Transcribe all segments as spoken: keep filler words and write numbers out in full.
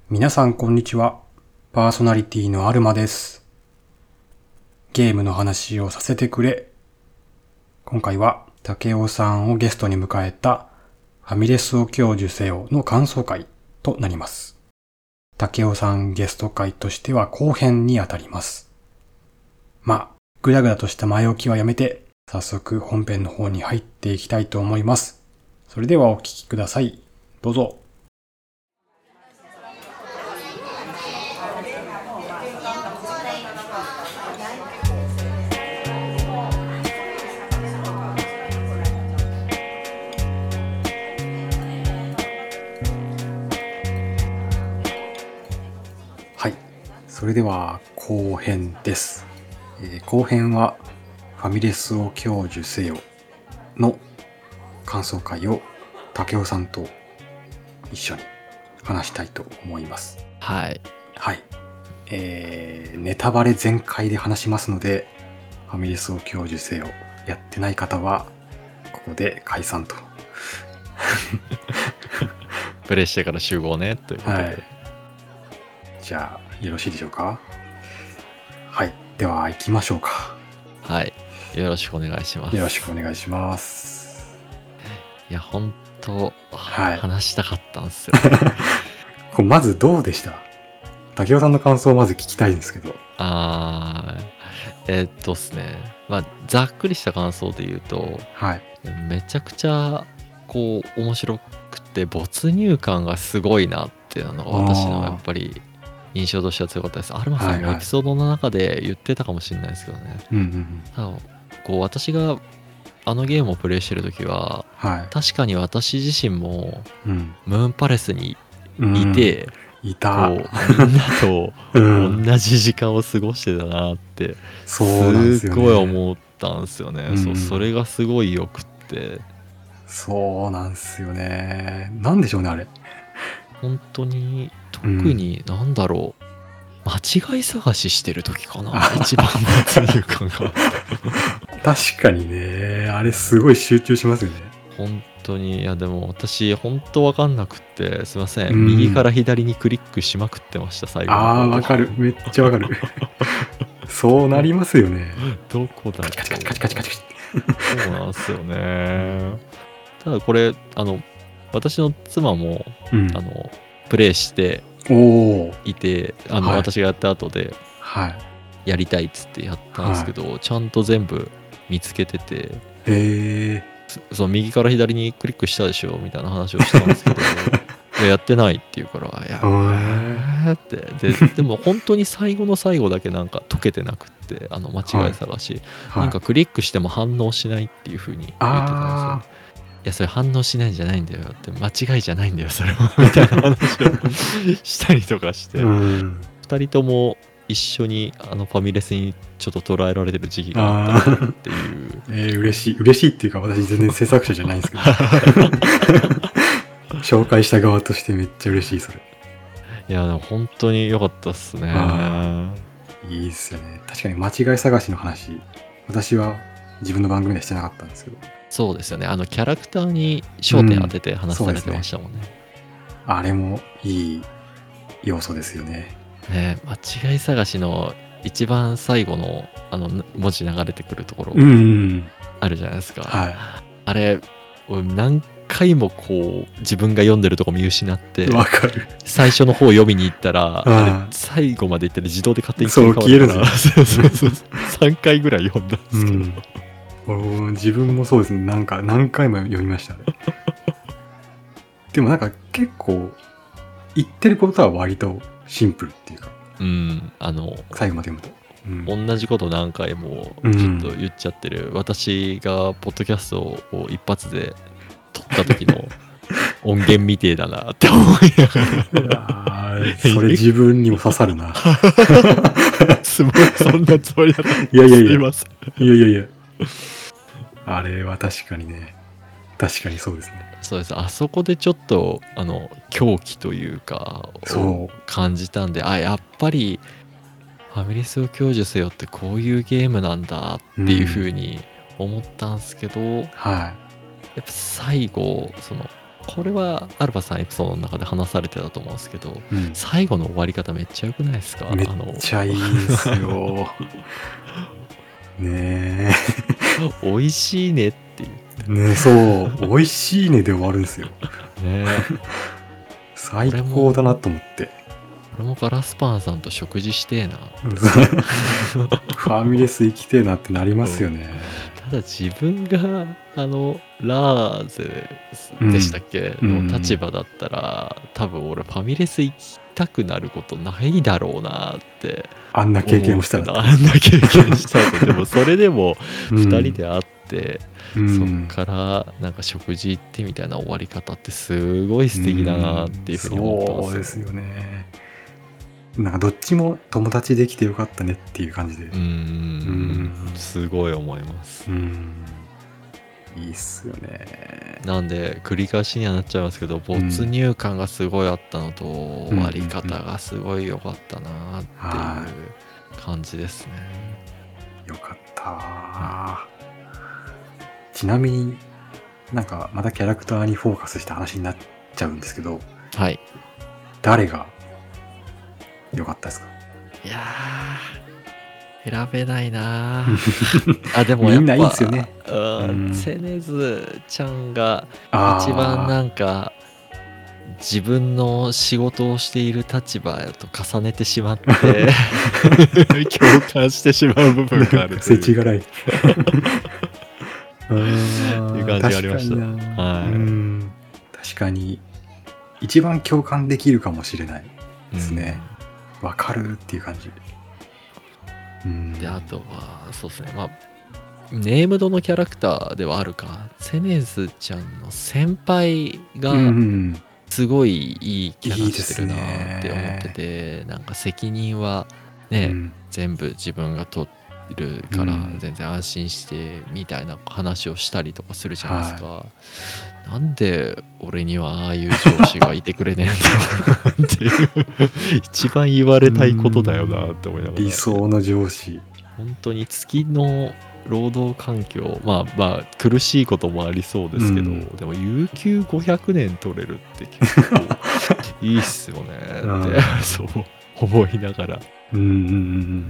皆さんこんにちは。パーソナリティのアルマです。ゲームの話をさせてくれ。今回は竹雄さんをゲストに迎えたファミレスを享受せよの感想会となります。竹雄さんゲスト会としては後編にあたります。まあ、ぐだぐだとした前置きはやめて、早速本編の方に入っていきたいと思います。それではお聞きください。どうぞ。はい。それでは後編です。えー後編はファミレスを享受せよの感想会を竹雄さんと一緒に話したいと思います。 はい。 はい。えー、ネタバレ全開で話しますので、ファミレスを享受せよやってない方はここで解散と。 プレイしてから集合ねということで、 はい。じゃあよろしいでしょうか。はい。では行きましょうか。 はい、よろしくお願いします。 よろしくお願いします。 いや本当、 はい話したかったんですよ。 これまずどうでした？竹雄さんの感想をまず聞きたいんですけど。 あーえーっとですね、まあざっくりした感想で言うと、 はい。 めちゃくちゃこう面白くて没入感がすごいなっていうのが私のやっぱり印象としては強かったです。アルマさんもエピソードの中で言ってたかもしれないですけどね。 うんうんうん。 ただこう私があのゲームをプレイしてる時は、 はい。 確かに私自身もうん。 ムーンパレスにうんいて、 いた。 こうみんなとうん。 同じ時間を過ごしてたなってそうなんですすっよね。 ごい思ったんですよね。 うんそう、それがすごいよくって、 そうなんですよね。なんでしょうね、あれ。 本当に特うんになんだろう、間違い探ししてる時かな、 あ一番没入感が。 確かにね、あれすごい集中しますよね。 本当に、いやでも私本当わかんなくってすいません、 うん右から左にクリックしまくってました、最後の方。 ああ、わかる。めっちゃわかる。そうなりますよね。 どこだろう。 カチカチカチカチカチカチ。 そうなんですよね。ただこれあの私の妻も、 うんあのプレイしておお。 いて、あの、 はい私がやった後ではい。 やりたいっつってやったんですけど、ちゃんと全部見つけてて、 へえ。 そその右から左にクリックしたでしょみたいな話をしたんですけどいややってないって言うから、いやへーえーってででも本当に最後の最後だけなんか解けてなくって、あの間違い探し、 はいなんかクリックしても反応しないっていう風に言ってたんですよ。 あいやそれ反応しないんじゃないんだよって、間違いじゃないんだよそれはみたいな話をしたりとかして、 あ。うん。 ふたりとも一緒にあのファミレスにちょっと捉えられてる時期があったっていう。 えー、嬉しい。嬉しいっていうか、私全然制作者じゃないんですけど。紹介した側としてめっちゃ嬉しい、それ。 いやでも本当に良かったっすね。 あいいっすよね。確かに間違い探しの話、私は自分の番組ではしてなかったんですけど。 そうですよね、あのキャラクターに焦点当てて話されてましたもんね。 あれもいい要素ですよね。 ね、間違い探しの一番最後のあの文字流れてくるところうん。 あるじゃないですか。 はい。 あれ俺何回もこう自分が読んでるとこ見失ってわかる。 最初の方読みに行ったら、 うんあれ最後まで行ったら自動で勝手にそう切り替わるから消えるそうそうそうさんかいぐらい読んだんですけど、 うん。俺も自分もそうですね。なんか何回も読みましたね。でもなんか結構言ってることは割とシンプルっていうか、 うんあの最後まで読むと。うん同じこと何回もちょっと言っちゃってる、私がポッドキャストを一発で撮った時の音源みてえだなって思いながらあーそれ自分にも刺さるな。 すごいそんなつもりだった。 いやいやいやすいません。 いやいやいや。あれは確かにね。確かにそうですね。 そうです。あそこでちょっとあの狂気というかを感じたんで、あやっぱりファミレスを享受せよってこういうゲームなんだっていう風に思ったんですけど、 はい。 やっぱ最後そのこれはアルファさんエピソードの中で話されてたと思うんですけど、 うん、 最後の終わり方めっちゃ良くないですか？ めっあのちゃいいですよ。ね美味しいねっていうえ。ねえ、そう。美味しいねで終わるんですよ。 ね。 最高だなと思って。 俺もガラスパンさんと食事してえな。 ファミレス行きてえなってなりますよね。 ただ自分があのラーゼでしたっけ、 うん、 の立場だったら、多分俺ファミレス行きたくなることないだろうなってあんな経験をしたら。 あんな経験したらでもそれでもふたりで会って、 うん、 そっからなんか食事行ってみたいな終わり方ってすごい素敵だなっていうふうに思ってます、 そうですよね。なんかどっちも友達できてよかったねっていう感じで。 うん、すごい思います。 うん、いいっすよね。 なんで繰り返しにはなっちゃいますけど、没入感がすごいあったのと、終わり方がすごい良かったなっていう感じですね。 よかった、うん、ちなみになんかまたキャラクターにフォーカスした話になっちゃうんですけど、 はい、 誰が良かったですか？ いやー選べないなあ。でもやっぱみんないいですよね。 うん、セネズちゃんが一番なんか自分の仕事をしている立場と重ねてしまって共感してしまう部分があるという。 世知辛い。 っていう感じがありました。はい。 うん、確かに一番共感できるかもしれないですね。わ、うん、かるっていう感じ。うん、 であとはそうですね。まあネームドのキャラクターではあるか、セネズちゃんの先輩がすごいいいキャラしてるなって思ってて、うん、いいなんか責任はね、うん、全部自分が取るから全然安心してみたいな話をしたりとかするじゃないですか、はい、なんで俺にはああいう上司がいてくれねえんだろうっていう一番言われたいことだよなって思いながら、 理想の上司、 本当に月の労働環境、まあまあ苦しいこともありそうですけど、うん、でも有給ごひゃくねん取れるって結構いいっすよねってそう思いながら、 うんうんうん、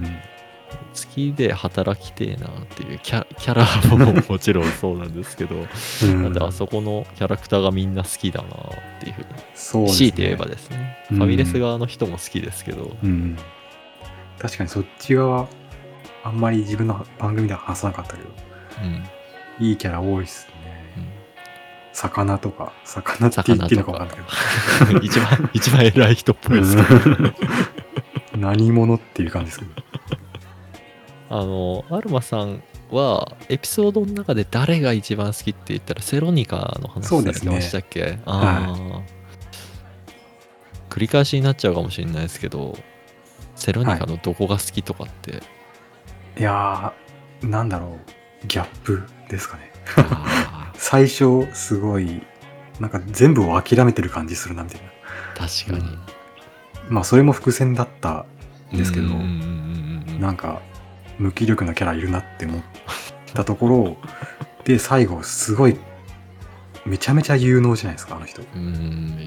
月で働きてえなっていうキャ、キャラももちろんそうなんですけど、うん、なんであそこのキャラクターがみんな好きだなっていうふうに、そうですね、強いて言えばですね、うん、ファミレス側の人も好きですけど、 うん、確かにそっち側あんまり自分の番組では話さなかったけど、うん、いいキャラ多いっすね、うん、魚とか魚って言っていいのか分かんないけど一番一番偉い人っぽいですけど何者っていう感じですけど、 あのアルマさんはエピソードの中で誰が一番好きって言ったらセロニカの話されてましたっけ？ね、あ、はい、繰り返しになっちゃうかもしれないですけど、セロニカのどこが好きとかって、はい、 いやー、なんだろう、ギャップですかね。最初すごいなんか全部を諦めてる感じするなみたいな。 確かに、 うん、まあそれも伏線だったんですけど、なんか無気力なキャラいるなって思ったところで、最後すごいめちゃめちゃ有能じゃないですか、あの人。 うん、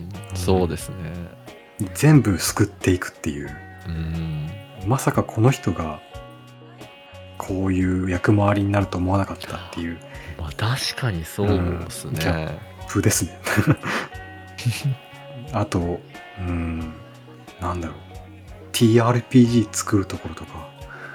そうですね、 全部救っていくっていう、うん、まさかこの人がこういう役回りになると思わなかったっていう。 まあ確かにそうですね、うん、 ギャップですねあと、うん、なんだろう、 ティーアールピージー 作るところとか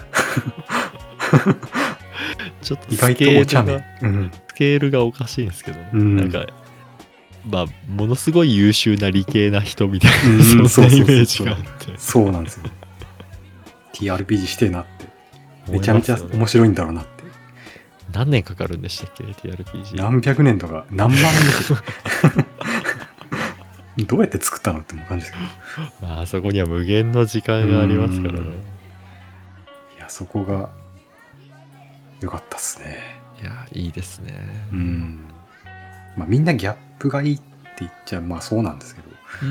ちょっと意外とお茶目、うん、スケールがおかしいんですけど、うん、なんかまあものすごい優秀な理系な人みたいな、うん、そんなイメージがあって、 そうなんですよティーアールピージー してえなって、めちゃめちゃ面白いんだろうなって。 何年かかるんでしたっけ ティーアールピージー？ 何百年とか何万年どうやって作ったのって感じですけど、まあそこには無限の時間がありますからね。 いや、そこが良かったっすね。 いや、いいですね。 うん、まあみんなギャップがいいって言っちゃまあそうなんですけど、 うん、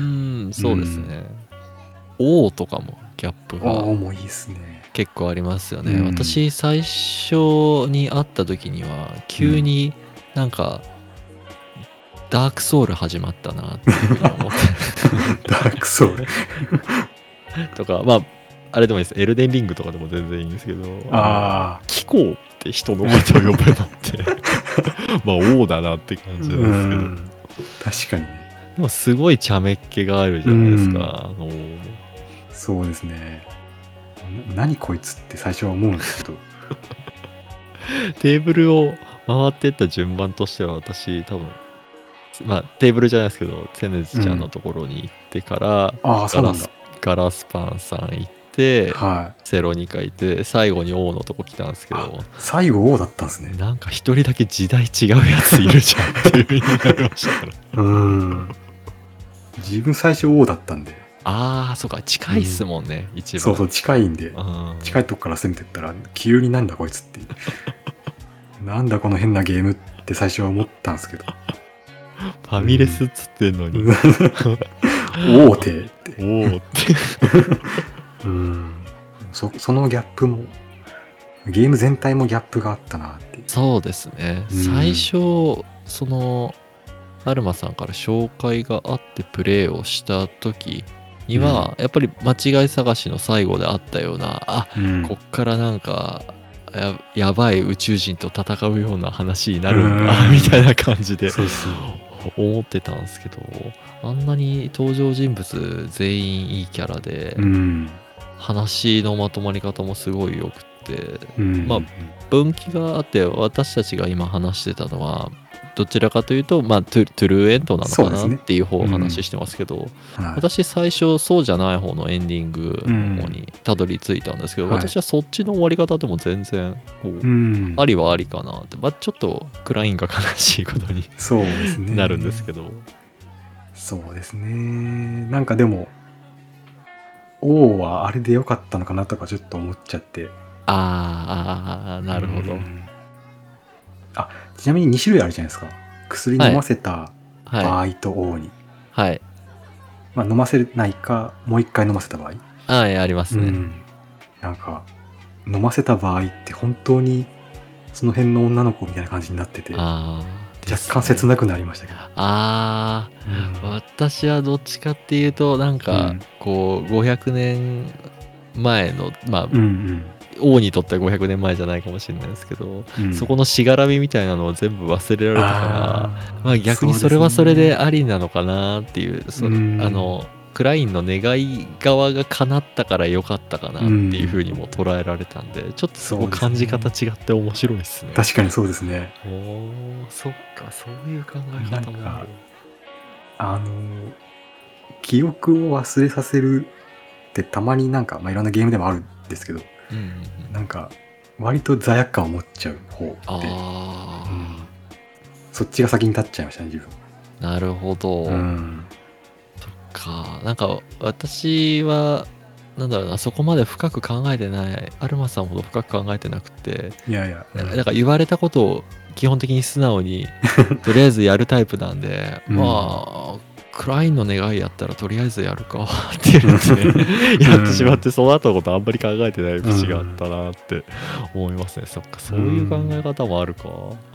そうですね。王とかもギャップが王もいいですね、 結構ありますよね、うん、私最初に会った時には急になんかダークソウル始まったなっていうふうに思ってダークソウルとか、まああれでもいいです。エルデンリングとかでも全然いいんですけど、 ああ気候って人のことを呼べばってまあ王だなって感じなんですけど、 うん確かにね。 でもすごい茶目っ気があるじゃないですか。あのそうですね。な何こいつって最初は思うんですけどテーブルを回ってった順番としては私多分まあテーブルじゃないですけどセネズちゃんのところに行ってから、 ああそうなんだ。 ガラスガラスパンさん行ってはい。 セロニカ行って最後に王のとこ来たんですけあど、 最後王だったんですね。 なんか一人だけ時代違うやついるじゃんっていう風になりましたからうん自分最初王だったんで。 ああそうか近いっすもんね、一番そうそう近いんで、 うん近いとこから攻めてったら急になんだこいつってなんだこの変なゲームって最初は思ったんですけどファミレスっつってんのに王手っておおってうんそそのギャップもゲーム全体もギャップがあったなって。 そうですね、 うん最初そのアルマさんから紹介があってプレイをした時には、やっぱり間違い探しの最後であったようなあ、 うんこっからなんかややばい宇宙人と戦うような話になるんだうんみたいな感じでそうそう思ってたんですけど、あんなに登場人物全員いいキャラで、 うん話のまとまり方もすごい良くって、 うんまあ分岐があって私たちが今話してたのはどちらかというと、まあ、トゥトゥルーエンドなのかそうですねなっていう方を話してますけど、 はい私最初そうじゃない方のエンディングの方にたどり着いたんですけど、 はい私はそっちの終わり方でも全然こう、 うんありはありかなって、まあ、ちょっとクラインが悲しいことにそうですねなるんですけど、 そうですね。なんかでも王はあれで良かったのかなとかちょっと思っちゃって。 あーあーなるほど、 うんあちなみにに種類あるじゃないですか。薬飲ませた場はい合と王に、 はいまあ、飲ませないかもう一回飲ませた場合、 はいありますね、 うんなんか飲ませた場合って本当にその辺の女の子みたいな感じになってて若ああ干切なくなりましたけど、 あうんー私はどっちかっていうとなんかうんこうごひゃくねんまえのまあうんうん王にとってはごひゃくねんまえじゃないかもしれないですけど、 うんそこのしがらみみたいなのを全部忘れられたからあーまあ逆にそれはそれうすねでありなのかなっていうそうんあのクラインの願い側が叶ったから良かったかなっていう風にも捉えられたんで、ちょっとそこ感じ方違って面白いですね。 確かにそうですね。 おーそっかそういう考え方もある。 あの記憶を忘れさせるってたまになんか、まあ、いろんなゲームでもあるんですけど、 うんうんうん、 なんか割と罪悪感を持っちゃう方で、 ああ、 うんそっちが先に立っちゃいましたね自分。 なるほど。 うんかなんか私はなんだろうなそこまで深く考えてないアルマさんほど深く考えてなくて、 いやいや、うんなんか言われたことを基本的に素直にとりあえずやるタイプなんで、 うんまあクラインの願いやったらとりあえずやるかっていうのでやってしまってその後のことあんまり考えてない節があったなって思いますね。そっかそういう考え方もあるか。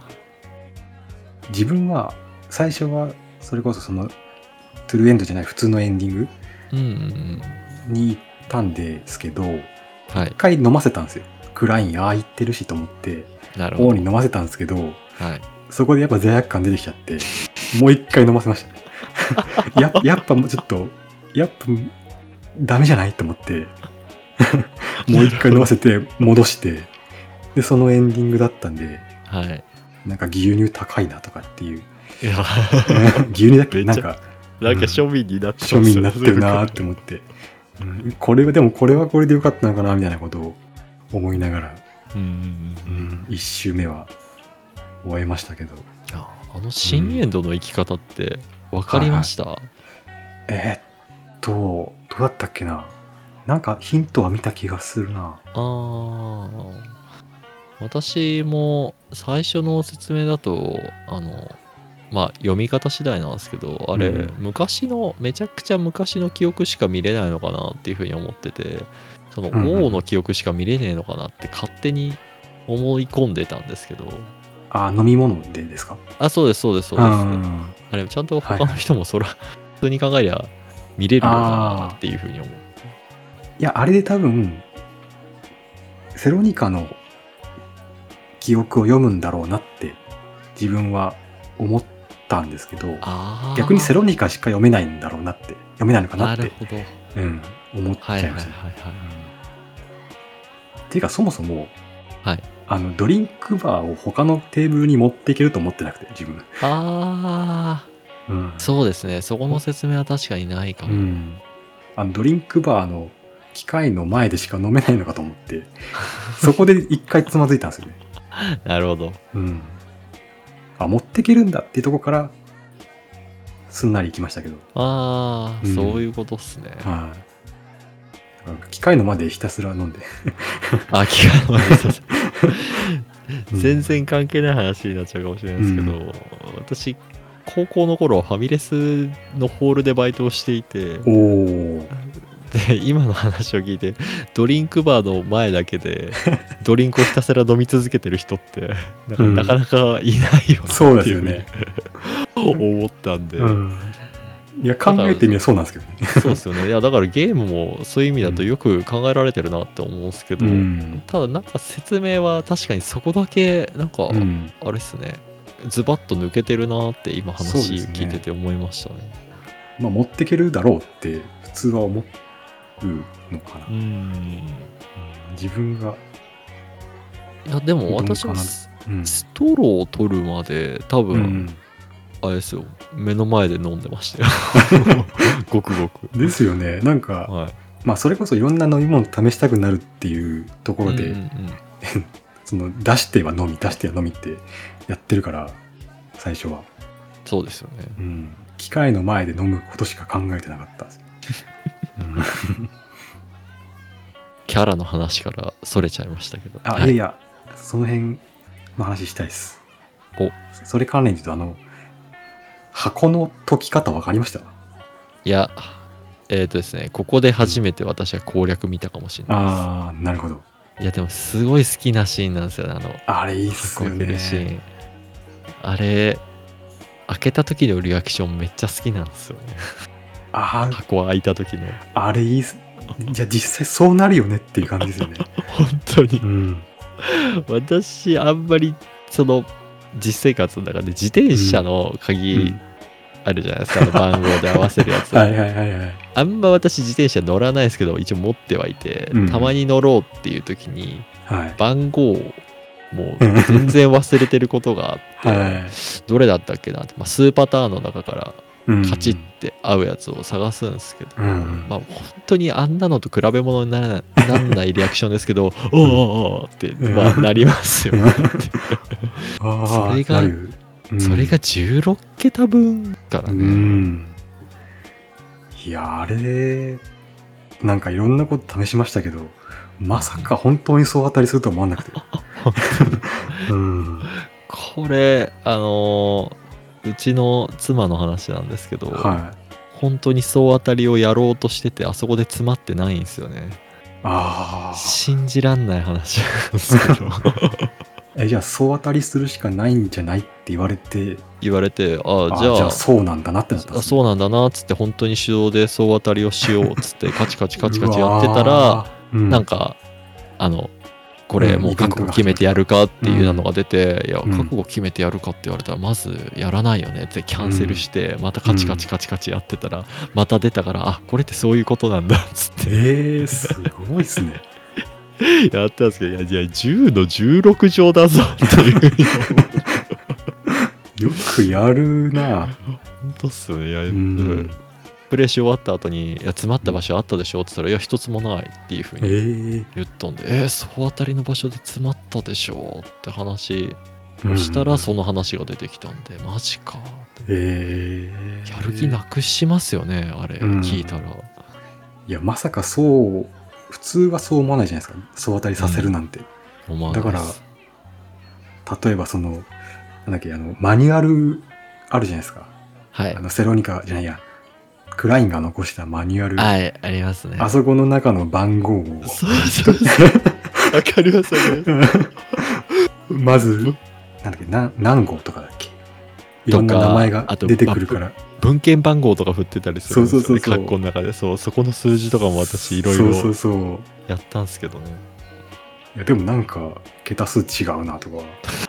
自分は最初はそれこそそのトゥルーエンドじゃない普通のエンディングうんうんうんに行ったんですけど、 はい一回飲ませたんですよ。クラインああ言ってるしと思ってなるほど王に飲ませたんですけど、 はいそこでやっぱ罪悪感出てきちゃってもう一回飲ませましたねややっぱもうちょっとやっぱダメじゃないと思ってもう一回飲ませて戻してでそのエンディングだったんではいなんか牛乳高いなとかっていういや牛乳だっけめっちゃなんかなんか庶民になってます庶民になってるなーって思って、うん、これはでもこれはこれでよかったのかなみたいなことを思いながら、 うんうんううんん、一周目は終えましたけど、 ああの新エンドの生き方って分かりました、 えー、っとどうだったっけな、なんかヒントは見た気がするな。 あー私も最初の説明だとあのまあ読み方次第なんですけどあれ、 うん昔のめちゃくちゃ昔の記憶しか見れないのかなっていうふうに思っててそのうんうん王の記憶しか見れねえのかなって勝手に思い込んでたんですけど、 あ飲み物でですか。 あそうですそうですそうです、 うんあれちゃんと他の人もそら、はい、普通に考えりゃ見れるのかなっていうふうに思う。 いや、あれで多分セロニカの記憶を読むんだろうなって自分は思ったんですけど、逆にセロニカしか読めないんだろうなって、読めないのかなって、 なるほど、 うん、思っちゃいました。 はいはいはいはい、 っていうかそもそも、 はい、 あのドリンクバーを他のテーブルに持っていけると思ってなくて、自分。 ああ、うん、そうですね。そこの説明は確かにないかも。うん、 あのドリンクバーの機械の前でしか飲めないのかと思ってそこで一回つまずいたんですよね。 なるほど。 うん。あ、持ってけるんだっていうところからすんなり行きましたけど。 ああ、うん、そういうことっすね。 はい。機械の前でひたすら飲んであ、機械の前でひたすら全然関係ない話になっちゃうかもしれないですけど、うん、私高校の頃ファミレスのホールでバイトをしていて、 おで今の話を聞いてドリンクバーの前だけでドリンクをひたすら飲み続けてる人ってなんか、うん、なかなかいないよなっていうふうに思ったんで、うん、 いや考えてみればそうなんですけどね。 そうですよね。いやだからゲームもそういう意味だとよく考えられてるなって思うんですけど、うん、ただなんか説明は確かにそこだけなんか、うん、あれっすね、ズバッと抜けてるなって今話聞いてて思いましたね。 まあ持ってけるだろうって普通は思ってのかな。うん、自分がいやでも私もストローを取るまで多分、うん、あれですよ、目の前で飲んでましたよごくごくですよね。なんか、はい、まあそれこそいろんな飲み物試したくなるっていうところで、うんうんうん、その出しては飲み出しては飲みってやってるから最初はそうですよね、 うん、機械の前で飲むことしか考えてなかったですキャラの話からそれちゃいましたけど。 あ、はい、いやいや、その辺の話したいです。お、それ関連で言うと、あの、箱の解き方分かりました？ いや、えっとですね、ここで初めて私は攻略見たかもしれないです。 うん、ああ、なるほど。 いや、でもすごい好きなシーンなんですよね、あの、 あれいいっすよね。 箱開けるシーン。あれ、開けた時のリアクションめっちゃ好きなんですよね。ああ、箱開いた時の。 あれいいっす。じゃあ実際そうなるよねっていう感じですよね。 本当に、うん、私あんまりその実生活の中で自転車の鍵あるじゃないですか、うん、あの番号で合わせるやつはいはいはい、はい、 あんま私自転車乗らないですけど一応持ってはいて、うん、たまに乗ろうっていう時に、はい、番号をもう全然忘れてることがあって、はい、どれだったっけなって、まあ、数パターンの中からカチッて合うやつを探すんですけど、うん、まあ本当にあんなのと比べ物にならない、なんないリアクションですけどおーおーって、まあ、なりますよそれが、うん、それがじゅうろっけた分からね、うん、 いやあれなんかいろんなこと試しましたけどまさか本当にそう当たりするとは思わなくて、 うん、これあのーうちの妻の話なんですけど、はい、本当に総当たりをやろうとしててあそこで詰まってないんですよね。ああ、信じらんない話なんですけどえ、じゃあ総当たりするしかないんじゃないって言われて言われてああじゃあ、 じゃあそうなんだなってなったんですね。 そうなんだなっつって本当に手動で総当たりをしようっつってカチカチカチカチやってたら、うん、なんかあのこれもう覚悟決めてやるかっていうのが出て、うん、いや覚悟決めてやるかって言われたらまずやらないよねってキャンセルしてまたカチカチカチカチやってたらまた出たからあこれってそういうことなんだっつってえーすごいっすねやったんですけどいやいやじゅうのじゅうろく乗だぞっていうよくやるな本当っすよねいや、うんプレイし終わった後にいや詰まった場所あったでしょって言ったらいや一つもないっていうふうに言ったんでえー、総当たりの場所で詰まったでしょって話をしたらその話が出てきたんで、うん、マジかって、えー、やる気なくしますよねあれ、うん、聞いたらいやまさかそう普通はそう思わないじゃないですか総当たりさせるなんて、うん、だから例えばそのなんだっけあのマニュアルあるじゃないですかはいあのセロニカじゃないやクラインが残したマニュアルはい、ありますね。 あそこの中の番号をそうそうそうわかりますよねまずなんだっけな何号とかだっけいろんな名前がとかあと出てくるから。 文献番号とか振ってたりするんですよね。 そうそうそうそう括弧の中で。そう、そこの数字とかも私いろいそうそろうそう。 やったんですけどね。 いやでもなんか桁数違うなとか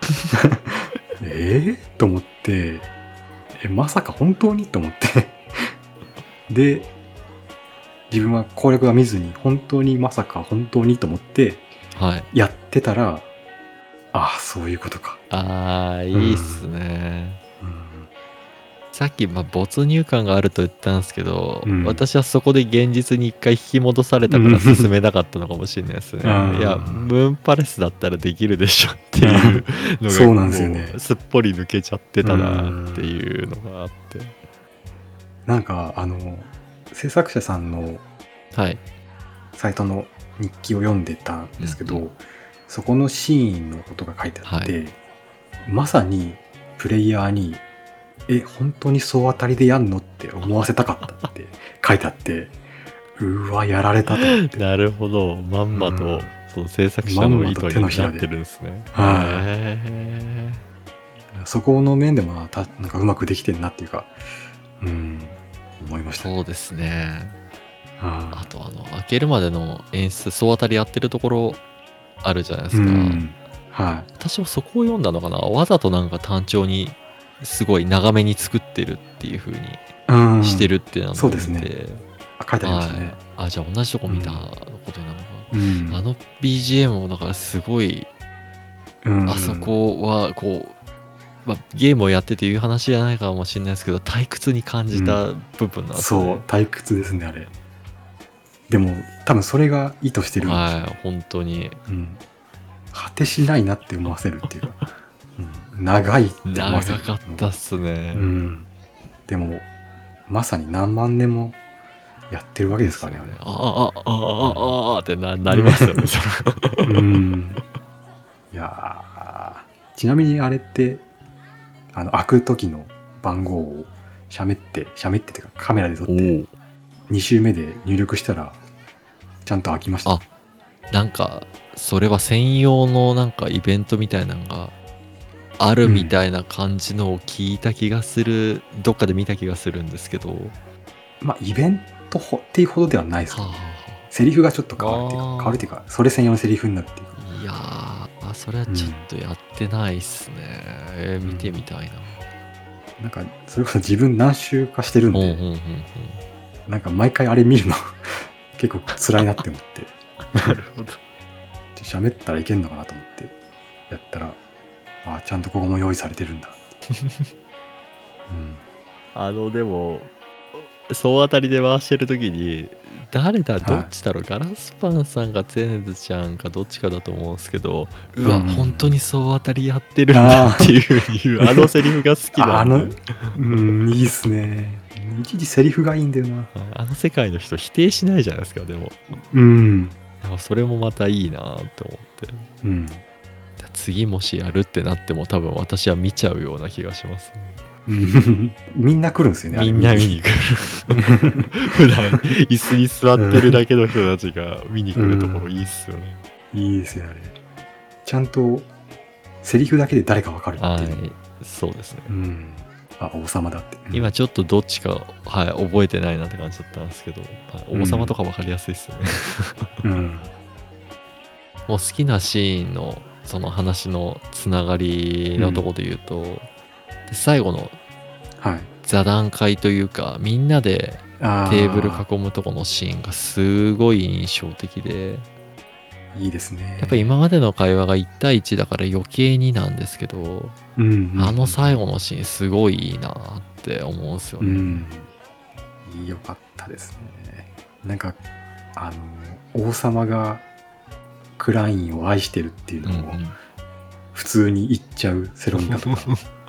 えーと思ってえまさか本当にと思ってで自分は攻略は見ずに本当にまさか本当にと思ってはい。 やってたらああそういうことか、 あー、いいっすね。 うんさっき、まあ、没入感があると言ったんですけど、 うん私はそこで現実に一回引き戻されたから進めなかったのかもしれないですね。 うんいや、ムーンパレスだったらできるでしょっていうのが、 そうなんですよねもうすっぽり抜けちゃってたなっていうのがあって。 なんかあの制作者さんのはい。 サイトの日記を読んでたんですけど、 うんうんそこのシーンのことが書いてあって、 はまさにプレイヤーにえ本当に総当たりでやんのって思わせたかったって書いてあってうわやられたと思ってなるほど。まんまと、 うんその制作者の意図まんまと手のにひらでなってるんですね。 はいへそこの面でもたなんかうまくできてるなっていうかうん思いまーしたね。 そうですね。 ああと、あの、開けるまでの演出、総当たりやってるところあるじゃないでうすか。 んは私もそこを読んだのかな。わざとなんか単調に、すごい長めに作ってるっていう風にいうんしてるっていうのをそう見て、 ですねあ書いてありましたね。 はい。あ、じゃあ同じとこ見たことなのか。 うんあの ビージーエム もだからすごい、 うんあそこはこう、まあ、ゲームをやってていう話じゃないかもしれないですけど、退屈に感じた部分なんですそうね。 退屈ですねあれ。でも多分それが意図してるんですよ、 はい、本当に。 うん、果てしないなって思わせるっていうか、うん、長いって思長わせるかったっすね。 うん、でもまさに何万年もやってるわけですからねああ、ああ、ああ、ああってななりますよね。 あれうんいやーちなみにあれってあの開く時の番号をしゃべってしゃべってっていうかカメラで撮っておお。 に周目で入力したらちゃんと開きました。 あ、なんか、それは専用のなんかイベントみたいなのがあるみたいな感じのを聞いた気がする、どっかで見た気がするんですけど。 まあイベントほっていうほどではないですけど、 はあはセリフがちょっと変わるっていうかあー変わるっていうかそれ専用のセリフになるっていうかあ、いやー、あそれはちょっとやってないっすね。えー見てみたいな。 なんかそれこそ自分何周かしてるんで、 うんうんうんうん。 なんか毎回あれ見るの結構辛いなって思ってなるほど。 喋ったらいけんのかなと思ってやったらあちゃんとここも用意されてるんだって、うんあの、でも、総当たりで回してるときに、誰だ、どっちだろう、ガラスパンさんかゼネズちゃんかどっちかだと思うんですけど、うわ、 うん本当に総当たりやってるんだっていうふうに言う、あのセリフが好きなんで。 あのうんいいっすね一時セリフがいいんだよなあの世界の人否定しないじゃないですか、でも。 うんなんかそれもまたいいなって思って。 うん次もしやるってなっても多分私は見ちゃうような気がしますね。 うんみんな来るんですよねあれみんな見に来る。普段椅子に座ってるだけの人たちが見に来るところいいっすよね。 いいですよねあれちゃんとセリフだけで誰かわかるっていう、 はい、そうですね。 うんあ王様だって、うん今ちょっとどっちか、はい、覚えてないなって感じだったんですけど、はい王様とか分かりやすいっすよね。 うんもう好きなシーンのその話のつながりのところで言うと、で最後のはい座談会というかみんなであテーブル囲むとこのシーンがすごい印象的で、 いいですねやっぱり今までの会話がいち対いちだから余計になんですけど、 うんうんあの最後のシーンすごいいいなって思うんですよね。 うんいいよかったですねなんかあの王様がクラインを愛してるっていううんうのをん普通に言っちゃうセロニカとか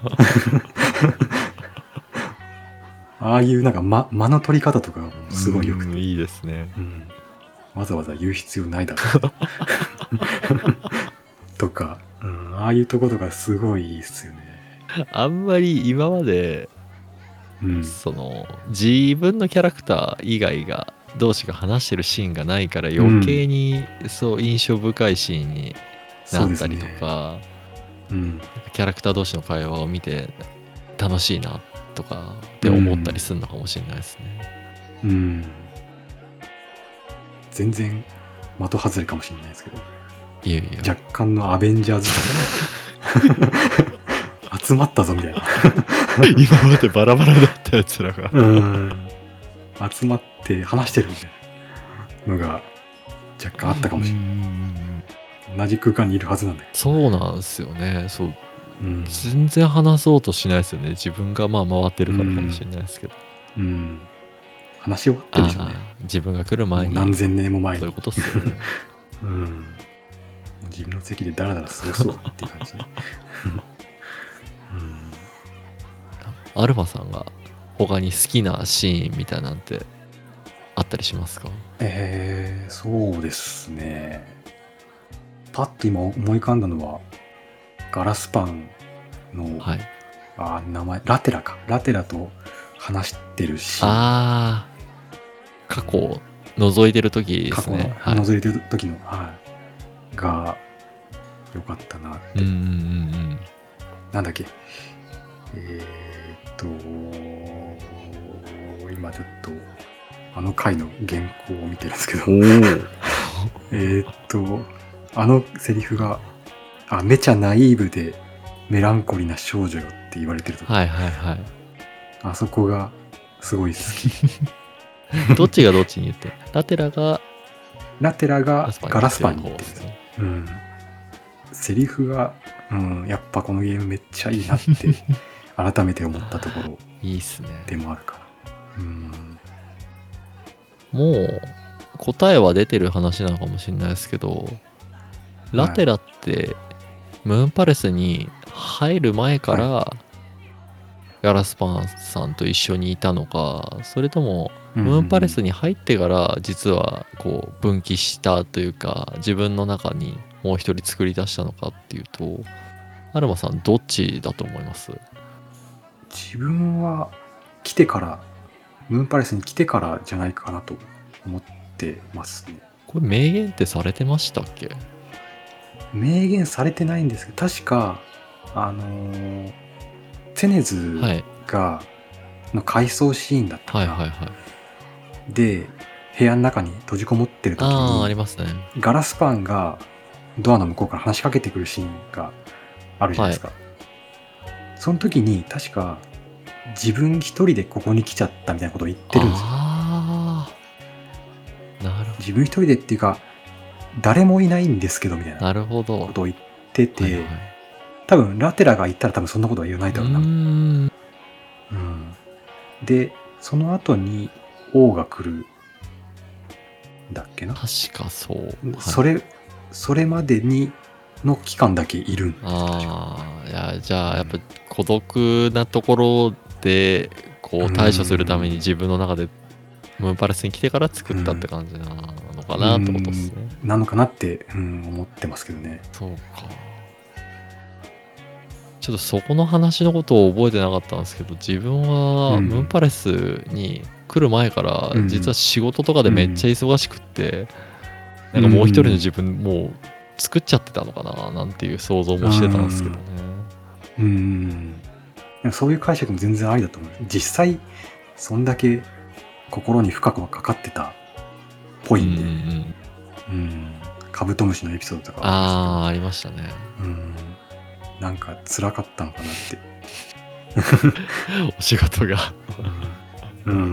ああいうなんか間間の取り方とかもすごいよくて、 うんいいですね。 うんわざわざ言う必要ないだろうとか、うん、ああいうとことかすごいいいっすよね。 あんまり今までうん、 その自分のキャラクター以外が同士が話してるシーンがないから余計にそう印象深いシーンになったりとか、 うん、 キャラクター同士の会話を見て楽しいなとかって思ったりするのかもしれないですね。 うん、うん、全然的外れかもしれないですけど、 いやいや若干のアベンジャーズ集まったぞみたいな今までバラバラだったやつらがうん集まって話してるみたいなのが若干あったかもしれない。同じ空間にいるはずなんだけど。 そうなんですよね。そう、 うん、 全然話そうとしないですよね。自分がまあ回ってるからかもしれないですけど、 うん、うん、話し終わってるでしょうね。 自分が来る前に。 何千年も前に。 そういうことっすよね。 うん、自分の席でダラダラ過ごそうっていう感じ、ねうん、 アルファさんが他に好きなシーンみたいなんてあったりしますか？ えー、そうですね。パッと今思い浮かんだのはガラスパンの、はい、あ名前ラテラかラテラと話してるシーン。 あー、過去を覗いてる時ですね。 過去を覗いてる時の、はい、が良かったなって。 うんうんうん、 なんだっけえー、っと今ちょっとあの回の原稿を見てるんですけどえっとあのセリフがあめちゃナイーブでメランコリな少女よって言われてると、 はいはいはい、あそこがすごい好きどっちがどっちに言ってラテラがラテラがガラスパンに言ってるんですよ、うん、セリフが、うん、やっぱこのゲームめっちゃいいなって改めて思ったところいいっすねでもあるから、うん、 もう答えは出てる話なのかもしれないですけど、ラテラってムーンパレスに入る前からガラスパンさんと一緒にいたのか、それともムーンパレスに入ってから実はこう分岐したというか自分の中にもう一人作り出したのかっていうと、アルマさんどっちだと思います？ 自分は来てからムーンパレスに来てからじゃないかなと思ってますね。 これ明言ってされてましたっけ？ 明言されてないんですけど、確かあのー、テネズがの回想シーンだったかな、はいはいはい、で部屋の中に閉じこもってる時にあ, ありますね、 ガラスパンがドアの向こうから話しかけてくるシーンがあるじゃないですか、はい、その時に確か自分一人でここに来ちゃったみたいなことを言ってるんですよ。 ああ、なるほど。 自分一人でっていうか誰もいないんですけどみたいなことを言ってて、はいはい、多分ラテラが言ったら多分そんなことは言わないだろうな。うーん、うん、でその後に王が来るんだっけな。 確かそう、 はい、それそれまでにの期間だけいるんです。 ああ、いやじゃあやっぱ孤独なところでこう対処するために自分の中でムーンパレスに来てから作ったって感じなのかなってことですね。 なのかなって、うん、思ってますけどね。 そうか。ちょっとそこの話のことを覚えてなかったんですけど、自分はムーンパレスに来る前から実は仕事とかでめっちゃ忙しくって、うん、なんかもう一人の自分もう作っちゃってたのかななんていう想像もしてたんですけどね。 うん、うん、そういう解釈も全然ありだと思う。実際そんだけ心に深くはかかってたっぽいんで、うんうんうん、カブトムシのエピソードとかああありましたね。 うん、なんか辛かったのかなってお仕事がうん、うん、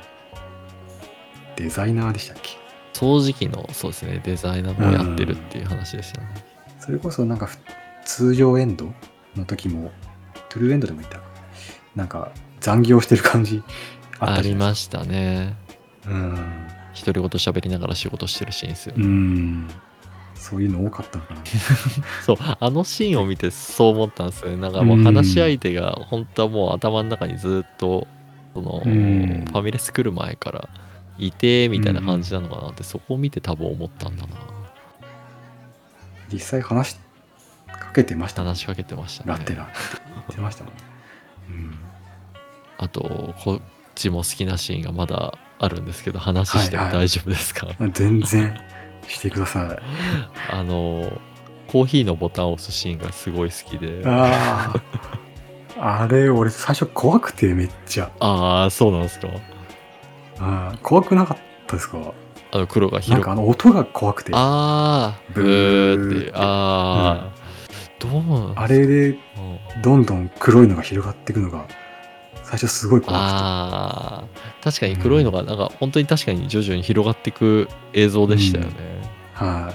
デザイナーでしたっけ？ 掃除機のそうですねデザイナーもやってるっていう話ですよね。 それこそなんか通常エンドの時もトゥルーエンドでもいたなんか残業してる感じあったじゃないですか。 ありましたね。うん独り言喋りながら仕事してるシーンですよね。 うんそういうの多かったのかなそうあのシーンを見てそう思ったんですよね。なんかもう話し相手が本当はもう頭の中にずっとそのファミレス来る前からいてみたいな感じなのかなって、そこを見て多分思ったんだな。 実際話しかけてましたもん、話しかけてましたね。 ラテラって言ってましたもん、うん、 あとこっちも好きなシーンがまだあるんですけど話しても大丈夫ですか？ はいはい、全然してくださいあのコーヒーのボタンを押すシーンがすごい好きでああれ、俺最初怖くてめっちゃ。 ああ、そうなんですか。 あー怖くなかったですか？ あの黒がなん広く。 かあの音が怖くて。 ああ、ブブーって。 ーって。 ああ、どうなんあですか。 れでうんどんどん黒いのが広がっていくのが最初すごい怖くて。 ああ、確かに黒いのうん。 がなんか本当に確かに徐々に広がっていく映像うでしたよん。 ね。 はい。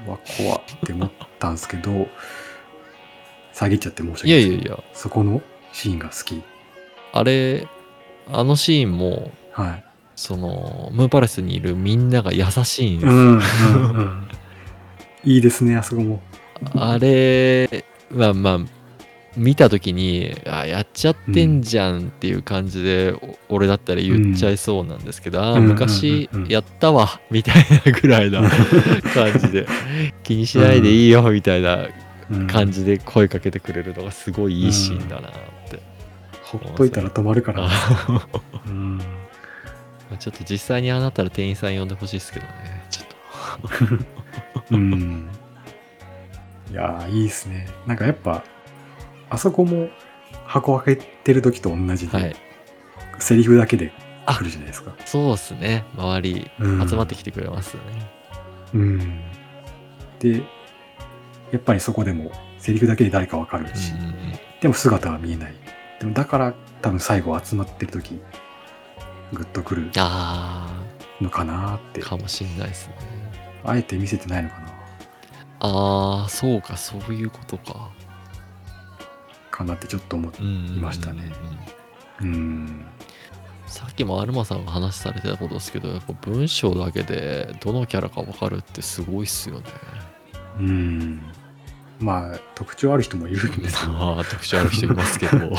わ、怖って思ったんですけど、遮っちゃって申し訳いないですけど、 やいやいや、 そこのシーンが好き。 あれ、あのシーンも、 はい。 その、ムーンパレスにいるみんなが優しいんですよ。 うんうんうん。いいですね、あそこも。 あれ、まあまあ、見たときに、あ、やっちゃってんじゃんっていう感じで、お俺だったら言っちゃいそうなんですけど、ああ、 うんうん昔うんうん。 やったわ、みたいなぐらいな感じで、気にしないでいいよ、みたいなうん感じで声かけてくれるのがすごいいいシーンだなってほっ思いますといたら止まるからな。 あうん。 ちょっと実際にああなったら店員さん呼んでほしいですけどね、ちょっと。 うん。いやー、いいですね。なんかやっぱ、あそこも箱開けてる時と同じで、 はい。 セリフだけで来るじゃないですか。 そうですね。周りうん集まってきてくれますよね。 うん。で、やっぱりそこでもセリフだけで誰かわかるうんし、 うんうん。 でも姿は見えない。でもだから多分最後集まってる時、グッとくるあのかなってあ、。かもしんないですね。 あえて見せてないのかなああ、そうか、そういうことか。 かなってちょっと思っうんうんうんうんいましたね。うん。 さっきもアルマさんが話されてたことですけど、やっぱ文章だけでどのキャラか分かるってすごいっすよね。 うん。まあ、特徴ある人もいるんですけど。 ああ、特徴ある人いますけど。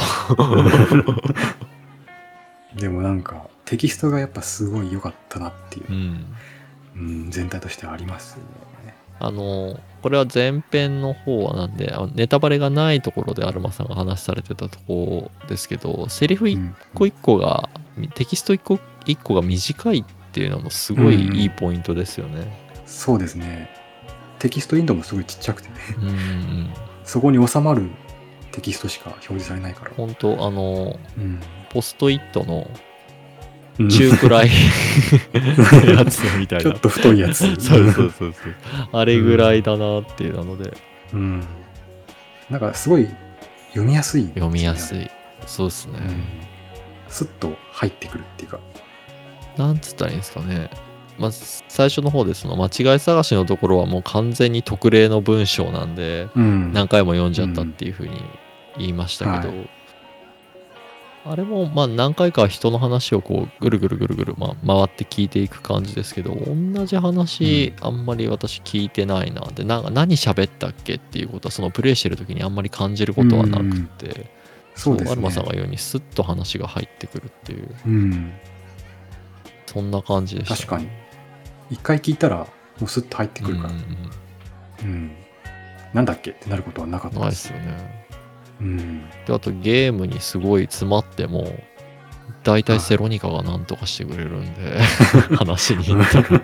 でもなんか、テキストがやっぱすごい良かったなっていうう、ん。 うん、全体としてありますね。 あの、これは前編の方はなんで、あのネタバレがないところでアルマさんが話されてたところですけど、セリフ一うん個一個が、テキスト一個一個が短いっていうのもすごいいいポイントですよね。 そうですね。テキストインドもすごいちっちゃくてね。 うんうんうん。 そこに収まるテキストしか表示されないから。 本当あの、 うん。 ポストイットのうん中くらいやつみたいな。 ちょっと太いやつ。 そうそうそうそう。あれぐらいだなっていうなので、 うん。なんかすごい読みやすい、 読みやすい。 い。そうですね。 うん。スッと入ってくるっていうか。 なんつったらいいんですかね。まあ、最初の方でその間違い探しのところはもう完全に特例の文章なんで、 うん。 何回も読んじゃったっていうふうに言いましたけど、 はあれもまあ何回か人の話をこうぐるぐるぐるぐるまあ回って聞いていく感じですけど、同じ話あんまり私聞いてないな。で、なんか何喋ったっけっていうことはそのプレイしてる時にあんまり感じることはなくて、 そうですね。 アルマさんが言うようにスッと話が入ってくるっていう、 うん。 そんな感じでした、 確かに。一回聞いたらもうスッと入ってくるから。 うんうんうん。なんだっけってなることはなかっうん、ないたで。 ですすよね。 うん。 で、あとゲームにすごい詰まっても、大体セロニカが何とかしてくれるんで、話に行ったら。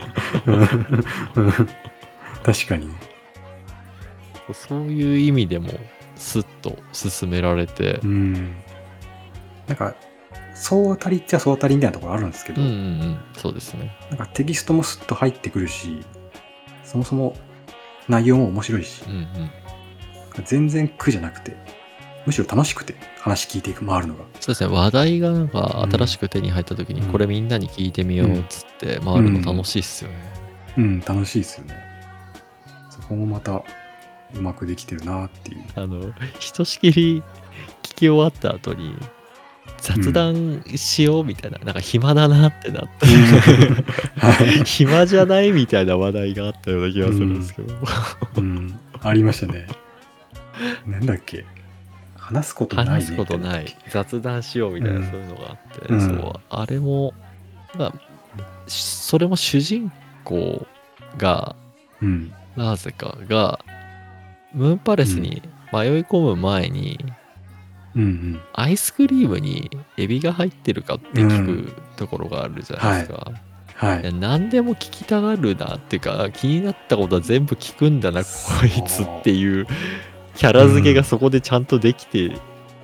確かにね。 そういう意味でも、スッと進められてう、ん。なんか、そう当たりっちゃそう当たりみたいなところあるんですけど、 うんうんうん、そうですね。 なんかテキストもスッと入ってくるし、そもそも内容も面白いし、 うんうん。 全然苦じゃなくて、むしろ楽しくて話聞いていく回るのが。 そうですね、話題がなんか新しく手に入った時に、 うんこれみんなに聞いてみようっつって回るの楽しいっすよね。 うん、楽しいですよね。そこもまたうまくできてるなっていう。 あの、ひとしきり聞き終わった後に、雑談しようみたいな、なんか暇だなってなって、 はい暇じゃないみたいな話題があったような気がするんですけど、 うん、ありましたね。なんだっけ話すことないね。 話すことない、雑談しようみたいな、 うんそういうのがあって、 うんそう、あれも、まあそれも主人公が、 うん。 なぜかが、ムーンパレスに迷い込む前に、 うんうん。 アイスクリームにエビが入ってるかって聞くところがあるじゃないですか。 はいい。 や何でも聞きたがるなっていうか、気になったことは全部聞くんだな、こいつっていうキャラ付けがそこでちゃんとできて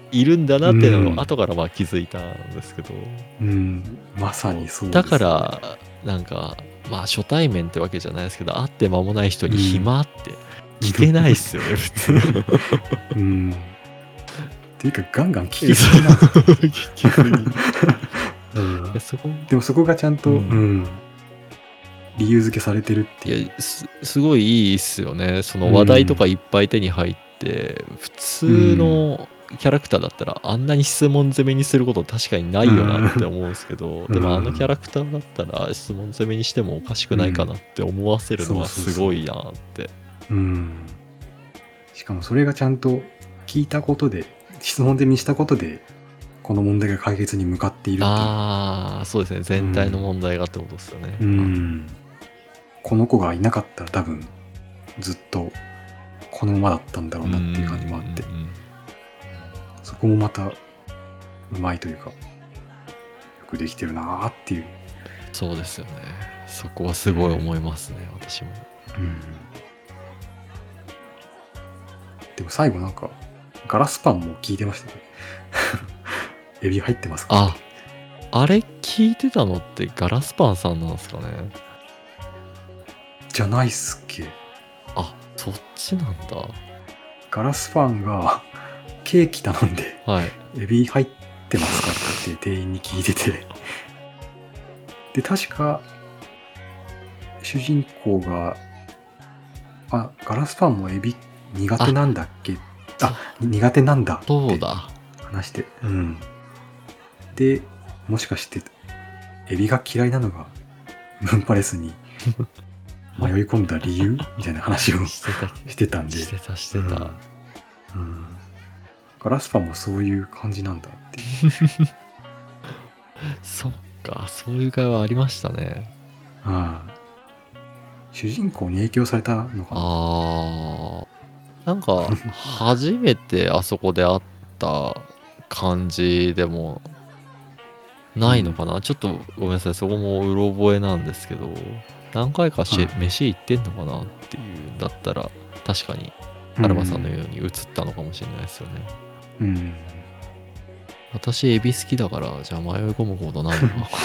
いるんだなっていうのを後からまあ気づいたんですけど、 うん、まさにそうです、ね、 だからなんかまあ初対面ってわけじゃないですけど、会って間もない人に暇って聞けないっすよね、うん、普通。 うん。っていうかガンガン聞きすぎなんですよ。聞きすぎ。うん、そこでもそこがちゃんと、うんうん、理由付けされてるっていう。 いや す, すごいいいっすよね。その話題とかいっぱい手に入って、うん、普通のキャラクターだったらあんなに質問攻めにすること確かにないよなって思うんですけど、うん、でもあのキャラクターだったら質問攻めにしてもおかしくないかなって思わせるのはすごいなって。 うん。しかもそれがちゃんと聞いたことで、質問攻めにしたことで、この問題が解決に向かっているっていう。 ああ、そうですね。全体の問題がってことですよね。 うん。うん、この子がいなかったら多分ずっとこのままだったんだろうなっていう感じもあって、そこもまたうまいというかよくできてるなーっていう。 そうですよね。そこはすごい思いますね、うん、私も。うん。 でも最後なんかガラスパンも聞いてましたね。エビ入ってますか？ あ、あれ聞いてたのってガラスパンさんなんですかね。 じゃないっすっけ。 あ、そっちなんだ。 ガラスパンがケーキ頼んで、 はい、 エビ入ってますかって店員に聞いてて、で確か主人公があガラスパンもエビ苦手なんだっけ、あ苦手なんだって話して、うん。でもしかしてエビが嫌いなのがムンパレスに迷い込んだ理由みたいな話をしてたんで、 してたしてた、うんうん、ガラスパンもそういう感じなんだっていうそっか、そういう会話ありましたね。 ああ、主人公に影響されたのかな。 あなんか初めてあそこで会った感じでもないのかな、うん、ちょっとごめんなさい、そこもうろ覚えなんですけど、何回かし、はい、飯行ってんのかなっていうんだったら確かにアルマさんのように映ったのかもしれないですよね。うん、うん、私エビ好きだからじゃあ迷い込むことないのか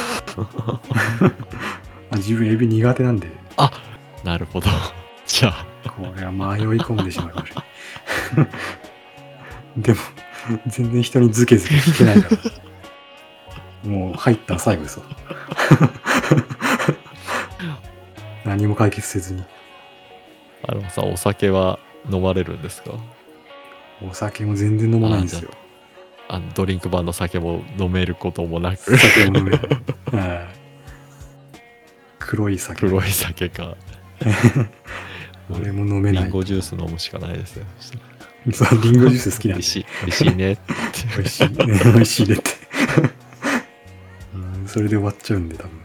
自分エビ苦手なんで。 あ、なるほど。じゃあこれは迷い込んでしまいましたでも全然人にズケズケ聞けないからもう入ったら最後ですわ何も解決せずに。 アルマさんお酒は飲まれるんですか？ お酒も全然飲まないんですよ。 あのドリンクバーの酒も飲めることもなく酒も飲める黒い酒黒い酒か俺も飲めない。 リンゴジュース飲むしかないですね。 そう、リンゴジュース好きなんで。 美味しい、美味しいねって美味しい、ね、美味しいねってうん、それで終わっちゃうんで多分。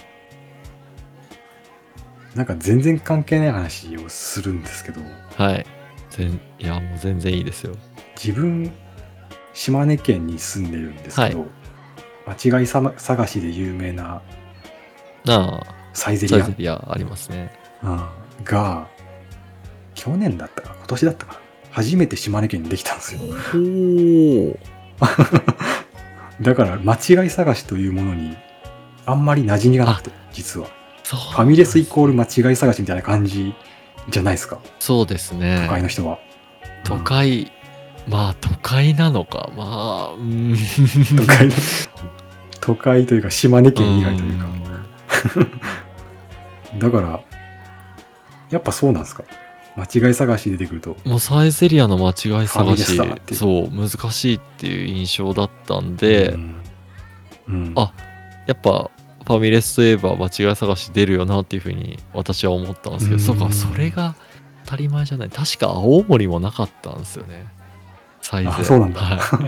なんか全然関係ない話をするんですけど。 はい。全いやもう全然いいですよ。 自分島根県に住んでるんですけど、はい、間違いさ探しで有名なあサイゼリア、 サイゼリアありますね。 あが去年だったか今年だったかな、初めて島根県にできたんですよ。 おだから間違い探しというものにあんまり馴染みがなくて、実はファミレスイコール間違い探しみたいな感じじゃないですか。 そうですね。 都会の人は。 都会、うん、まあ都会なのか、まあ、うん、 都会都会というか島根県以外というか。だからやっぱそうなんですか。間違い探し出てくると。 もうサイゼリアの間違い探し、そう難しいっていう印象だったんで、うんうん、あ、やっぱファミレスといえば間違い探し出るよなっていうふうに私は思ったんですけど、そうか、それが当たり前じゃない。確か青森もなかったんですよね。サイゼ。 あ、そうなんだ。 はい、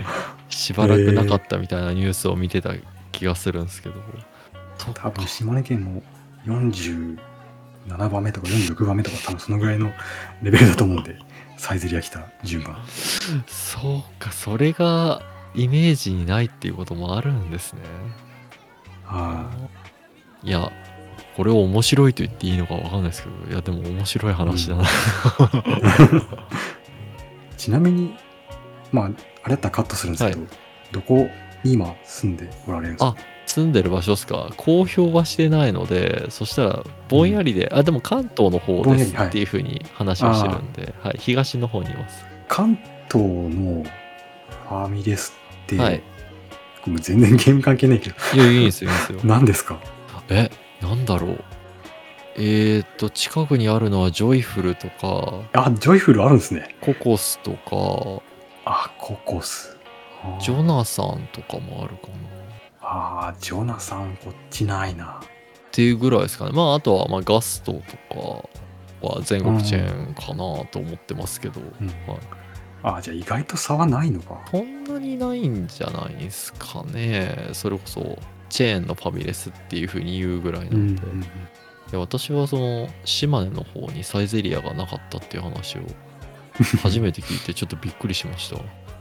しばらくなかったみたいなニュースを見てた気がするんですけど。 多分島根県もよんじゅうななばんめとかよんじゅうろくばんめとか多分そのぐらいのレベルだと思うんで、サイゼリア来た順番。 そうか、それがイメージにないっていうこともあるんですね。 はあ、 いや、これを面白いと言っていいのかわかんないですけど、いやでも面白い話だな、うん、 ちなみにまあ、あれだったらカットするんですけど、 はどこに今住んでおられるんですか？ あ、住んでる場所ですか。公表はしてないので、そしたらぼんやりで、あ、でも関東の方でぼんやりはいすっていう風に話をしてるんで、はい、東の方にいます。 関東のファミレスって、 はい。 もう全然ゲーム関係ないけど、 いや、いいんですよ、いいんですよ。 何ですか？ え、なんだろう。えーっと、近くにあるのはジョイフルとか、 あ、ジョイフルあるんですね。 ココスとか、 あ、ココス。あージョナサンとかもあるかな。 あー、ジョナサンこっちないな。 っていうぐらいですかね。まあ、あとは、まあ、ガストとかは全国チェーンかなと思ってますけど、 うんはい、 あ、じゃあ意外と差はないのか。 そんなにないんじゃないですかね。それこそ、チェーンのファミレスっていう風に言うぐらいなうんんで。で私はその、島根の方にサイゼリアがなかったっていう話を初めて聞いてちょっとびっくりしました。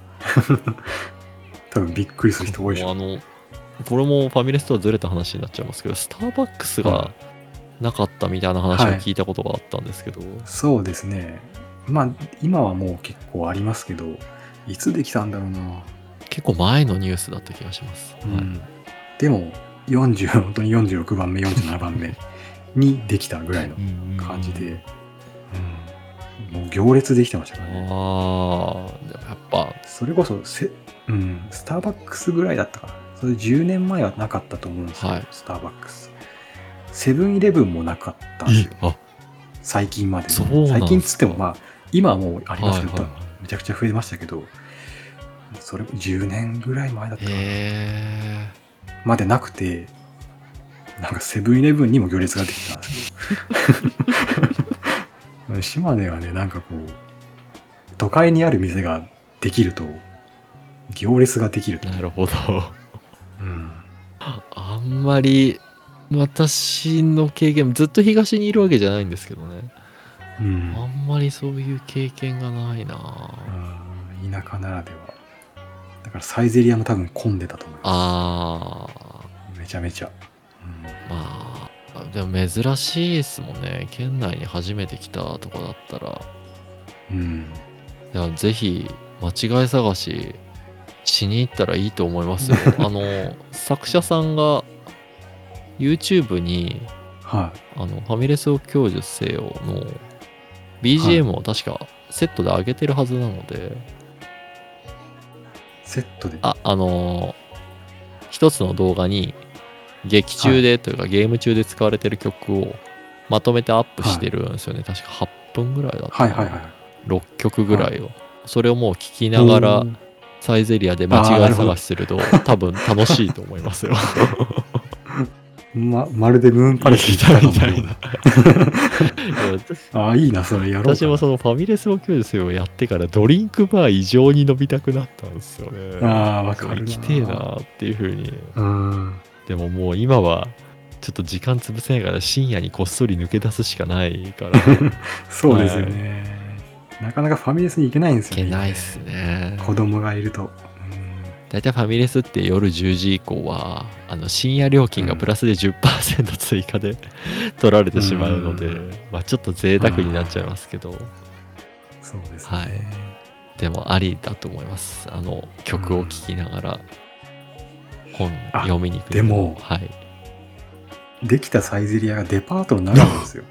多分びっくりする人多いでしょ。 あの、これもファミレスとはずれた話になっちゃいますけど、スターバックスがなかったみたいな話を聞いたことがあったんですけど、 そうですね。まあ、今はもう結構ありますけど、いつできたんだろうな。 結構前のニュースだった気がします。はいうん、でも、よんじゅう、本当によんじゅうろくばんめ、よんじゅうななばんめにできたぐらいの感じで、うん、もう行列できてましたからね。 ああ、でもやっぱ、 それこそせ、うん、スターバックスぐらいだったかな。それじゅうねんまえはなかったと思うんですよ、 はいスターバックス。セブンイレブンもなかったんですよ。 あ、 最近まで。 そうなんですか。 最近っつっても、まあ、今はもうありますけど、 はいはいはいめちゃくちゃ増えましたけど、それじゅうねんぐらい前だったかな。 へまでなくて、なんかセブンイレブンにも行列ができたんですけど。島根はね、なんかこう、都会にある店ができると、行列ができると。 ー、なるほど。 うん。 あんまり、私の経験、ずっと東にいるわけじゃないんですけどね。 うん。 あんまりそういう経験がないなぁ。 うん、田舎ならでは。だからサイゼリアも多分混んでたと思いまあす。めちゃめちゃ。 ー、まあ、でも珍しいですもんね。県内に初めて来たとこだったら。 うん。うん。 いや、ぜひ、間違い探ししに行ったらいいと思いますよ。あの、作者さんが YouTube に、 はい。 あの、ファミレスを享受せよの ビージーエム を確かセットで上げてるはずなので、 セットで。 あ、あのー一つの動画に劇中でというかゲーム中で使われてる曲をまとめてアップしてるんですよね。確かはっぷんぐらいだったかな。 はいはいはい。 ろっきょくぐらいを。それをもう聞きながらおーサイゼリアで間違い探しすると多分楽しいと思いますよ。 ま、まるでムーンパレスみたいみたいな。 な。 ああ、いいな、それやろうかな。 私もそのファミレスを享受せよをやってからドリンクバー異常に飲みたくなったんですよね。 ああ、わかるな。 行きてえなっていう風に。 うん。 でももう今はちょっと時間潰せないから深夜にこっそり抜け出すしかないから。 そうですよね。なかなかファミレスに行けないんですよね。 いけないっすね。 子供がいると。 だいたいファミレスって夜じゅうじ以降はあの深夜料金がプラスで じゅっパーセント 追加で取られてしまうので、 うんまあちょっと贅沢になっちゃいますけど、 そうですね。 はいでもありだと思います。あの曲を聴きながら本あ読みに行く。 でもはい。 できたサイゼリアがデパートの中なんですよ。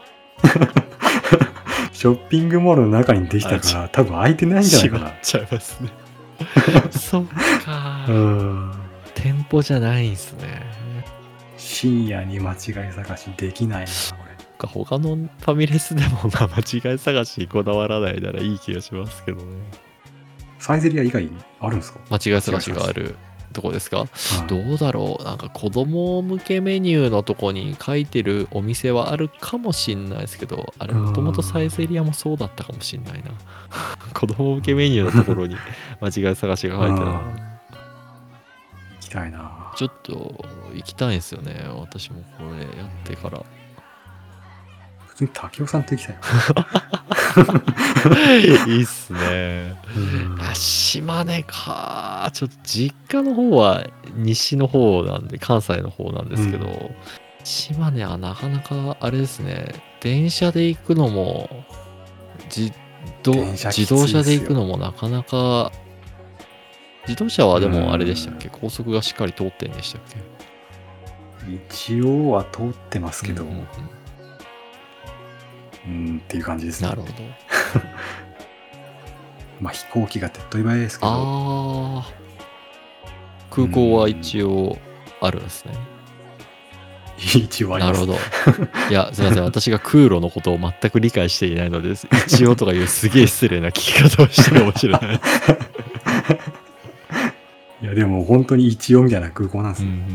ショッピングモールの中にできたから、多分空いてないんじゃないかな。 しまっちゃいますね。そっかう。ん。 店舗じゃないんすね。 深夜に間違い探しできないな、これ。 他のファミレスでもまあ間違い探しにこだわらないならいい気がしますけどね。 サイゼリア以外にあるんですか？ 間違い探しがあるとこですか？ はいどうだろう、なんか子供向けメニューのとこに書いてるお店はあるかもしんないですけど、あれもともとサイゼリアもそうだったかもしんないな。子供向けメニューのところに間違い探しが書いてある行きたいな。 ちょっと行きたいんですよね。私もこれやってから。 普通に竹雄さんと行きたいいいっすね。 な。 あ島根か。ちょっと実家の方は西の方なんで、関西の方なんですけど、うん、島根はなかなかあれですね。電車で行くのも、じど自動車で行くのもなかなか自動車はでもあれでしたっけ、高速がしっかり通ってんでしたっけ？ 一応は通ってますけど、 うんうんうん、 うんっていう感じですね。 なるほど。 まあ飛行機が手っ取り早いですけど。 ああ。空港は一応あるんですね。 一応あります。 なるほど。いや、すみません。私が空路のことを全く理解していないので、一応とかいうすげえ失礼な聞き方をしてるかもしれない。 いや、でも本当に一応みたいな空港なんですよ。うん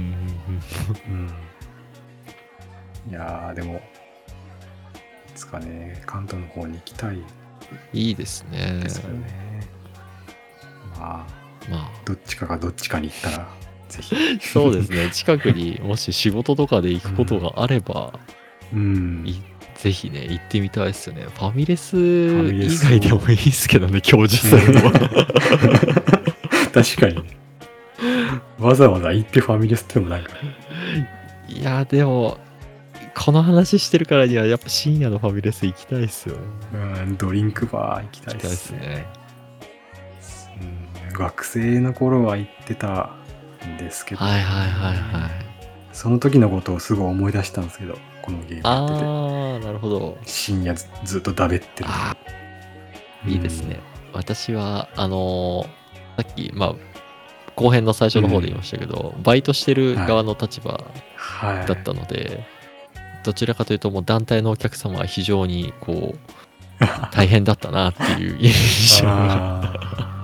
いやー、でも、いつかね、関東の方に行きたいいいですね。 ですよね。まあ、まあ、どっちかがどっちかに行ったら、ぜひ。 そうですね。近くにもし仕事とかで行くことがあれば、 うん、 ぜひね、行ってみたいですよね。ファミレス以外でもいいですけどね、享受するのは。 確かに。わざわざ行ってファミレスってもなんか。 いや、でも、この話してるからにはやっぱ深夜のファミレス行きたいっすよね。 うん、ドリンクバー行きたいっすね。うん、学生の頃は行ってたんですけど、 はいはいはいはい。 その時のことをすごい思い出したんですけど、このゲームやってて。 ああ、なるほど。 深夜 ず, ずっとだべってる。 あいいですね。うん、私は、あのー、さっき、まあ、後編の最初の方で言いましたけど、うん、バイトしてる側の立場だったので、はいはい、どちらかというともう団体のお客様は非常にこう大変だったなっていう印象が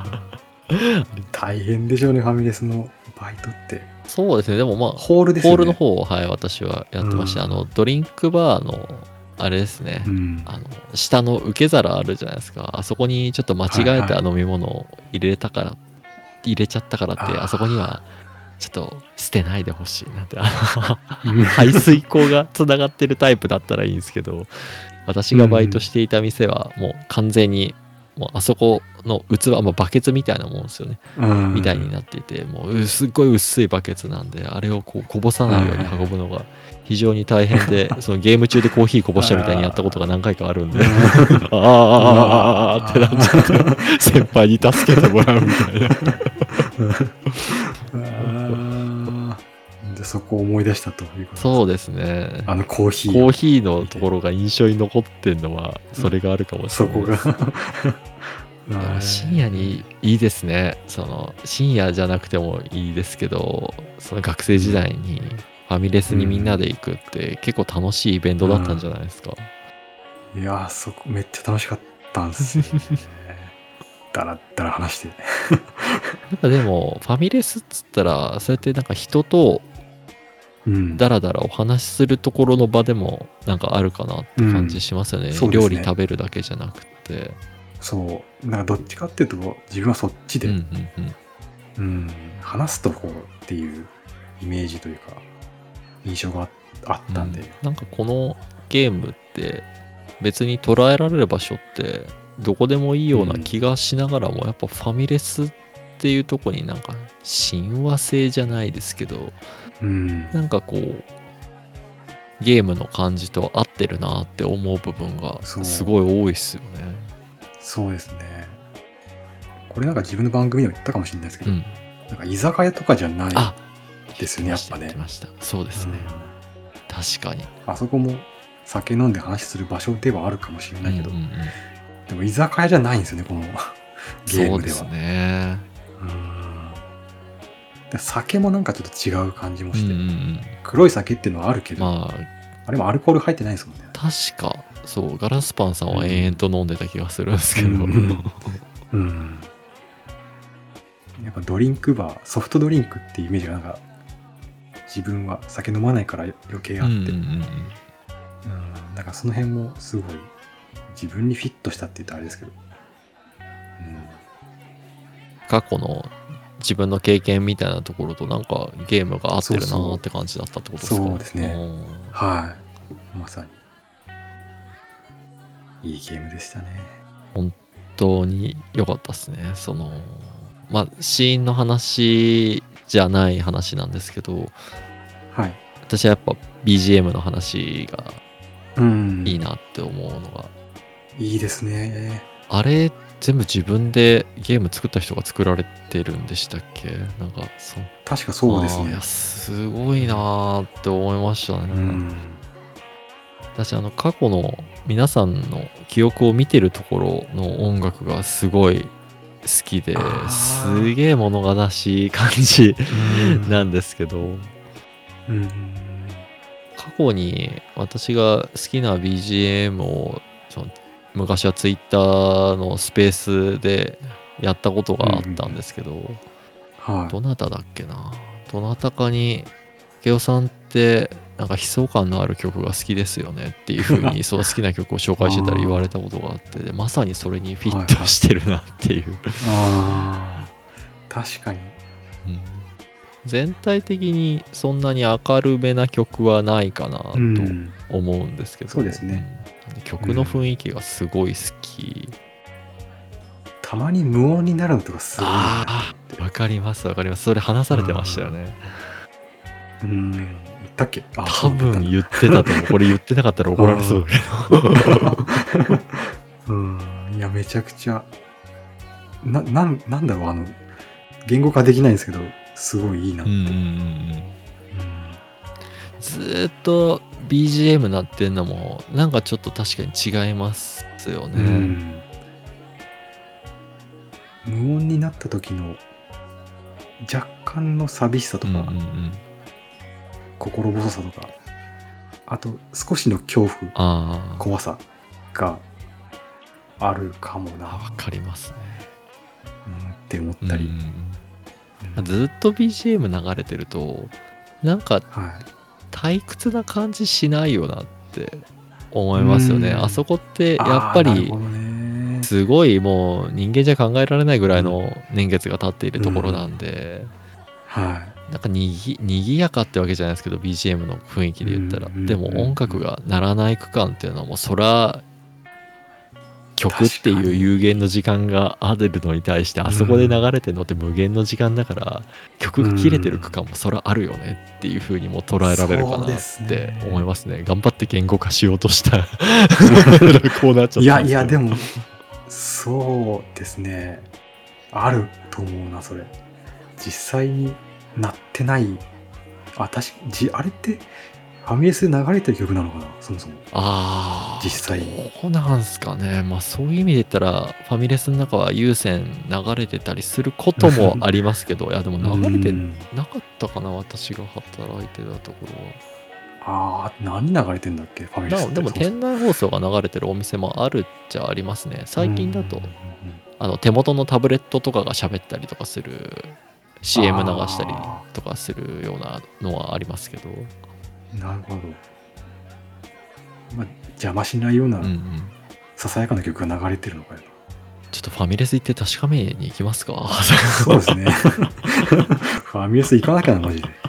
大変でしょうね、ファミレスのバイトって。 そうですね。でもまあホールですね。 ホールの方を、はい、私はやってました。うん、あのドリンクバーのあれですね、うん、あの下の受け皿あるじゃないですか。あそこにちょっと間違えた飲み物を入れたから、はいはい、入れちゃったからって、あそこにはちょっと捨てないでほしいなって、あの排水口がつながってるタイプだったらいいんですけど、私がバイトしていた店はもう完全にもうあそこの器、まあ、バケツみたいなもんですよね、みたいになっていて、もうすっごい薄いバケツなんで、あれをこうこぼさないように運ぶのが非常に大変で、そのゲーム中でコーヒーこぼしたみたいにやったことが何回かあるんで、ああああってなっちゃって先輩に助けてもらうみたいな。 でそこを思い出したということです。 そうですね。 あのコーヒーコーヒーのところが印象に残ってんのはそれがあるかもしれないです。そこが深夜にいいですね。その深夜じゃなくてもいいですけど、その学生時代にファミレスにみんなで行くって結構楽しいイベントだったんじゃないですか。 うん、いやそこめっちゃ楽しかったんですよ、ね。だらだら話して。 なんかでもファミレスっつったらそうやってなんか人とだらだらお話しするところの場でもなんかあるかなって感じしますよね。うん、料理食べるだけじゃなくて。 そうなんかどっちかっていうと自分はそっちで、うんうんうんうん、話すとこっていうイメージというか印象があったんで、うん、 なんかこのゲームって別に捉えられる場所ってどこでもいいような気がしながらも、うん、やっぱファミレスっていうとこになんか親和性じゃないですけど、うん、なんかこうゲームの感じと合ってるなって思う部分がすごい多いっすよね。 そうですね。これなんか自分の番組でも言ったかもしれないですけど、うん、なんか居酒屋とかじゃないですよね、やっぱね。 来ました。そうですね、うん。確かに。 あそこも酒飲んで話する場所ではあるかもしれないけど、うんうんうん、でも居酒屋じゃないんですよね、このゲームでは。そうですね。 うん。酒もなんかちょっと違う感じもして、うんうんうん、黒い酒っていうのはあるけど、まあ、あれもアルコール入ってないですもんね。 確か。そう、ガラスパンさんは延々と飲んでた気がするんですけど、うんうん、やっぱドリンクバー、ソフトドリンクっていうイメージがなんか自分は酒飲まないから余計あって、うんうんうんうん、だからその辺もすごい自分にフィットしたって言ったらあれですけど、 うん、過去の自分の経験みたいなところとなんかゲームが合ってるなーって感じだったってことですか？ そうですね。はい、まさにいいゲームでしたね。 本当に良かったですね。そのまあシーンの話じゃない話なんですけど、はい、私はやっぱ ビージーエム の話がいいなって思うのが、 いいですね。 あれっ全部自分でゲーム作った人が作られてるんでしたっけ？なんかそ確かそうですね。 あーいやすごいなーって思いましたね。 うん。 私あの過去の皆さんの記憶を見てるところの音楽がすごい好きで、 あーすげえ物悲しい感じうんなんですけど、 うん過去に私が好きな ビージーエム をその昔はツイッターのスペースでやったことがあったんですけど、 はい。 どなただっけな、どなたかに竹雄さんってなんか悲壮感のある曲が好きですよねっていう風にその好きな曲を紹介してたら言われたことがあって、でまさにそれにフィットしてるなっていう、 ああ、確かに。 うん全体的にそんなに明るめな曲はないかなとうん。 思うんですけど、 そうですねうん曲の雰囲気がすごい好き。 たまに無音になるのとかすごいなああ、わかりますわかります。それ話されてましたよね。 うん。言ったっけ？あ、 多分言ってたと思う。これ言ってなかったら怒られそうだけど。 うん。いや、めちゃくちゃ、な、なん、なんだろう、あの、言語化できないんですけど、すごいいいなって。 うんうんうんうんずーっと ビージーエム 鳴ってんのもなんかちょっと確かに違いますようね。 ん。無音になった時の若干の寂しさとか、 うんうんうん心細さとか、あと少しの恐怖、 あー怖さがあるかもあ、 な、 わかりますね。 うん、って思ったり。 うんうんうんうんずっと ビージーエム 流れてるとなんかはい。 退屈な感じしないよなって思いますよね。 うんあそこってやっあぱりーなるほどね。 すごいもう人間じゃ考えられないぐらいの年月が経っているところなんで、 はなんかにぎにぎやかってわけじゃないですけど ビージーエム の雰囲気で言ったら、 うんうんうんでも音楽が鳴らない区間っていうのはもうそら曲っていう有限の時間があるのに対してあそこで流れてるのって無限の時間だから曲が切れてる区間もそらあるよねっていう風にも捉えられるかそうなですねって思いますね。頑張って言語化しようとしたこうなっちゃったんですけど。 い。いやいや、でも、そうですね。あると思うな、それ。実際になってない。あ、確かじあれってファミレスで流れてる曲なのかな、そもそも。 ああ、 実際どうなんすかね。まあそういう意味で言ったら、ファミレスの中は有線流れてたりすることもありますけど、いやでも流れてうんなかったかな、私が働いてたところああ、何流れてんだっけ、ファミレスは。 って。 でもそうそう店内放送が流れてるお店もあるっちゃありますね。最近だとうん、 あの手元のタブレットとかが喋ったりとかする シーエム 流したりとかするようなのはありますけど。 なるほど。まあ、邪魔しないようなうんうん。 ささやかな曲が流れてるのかよ。 ちょっとファミレス行って確かめに行きますか。 そうですね。ファミレス行かなきゃな、マジで。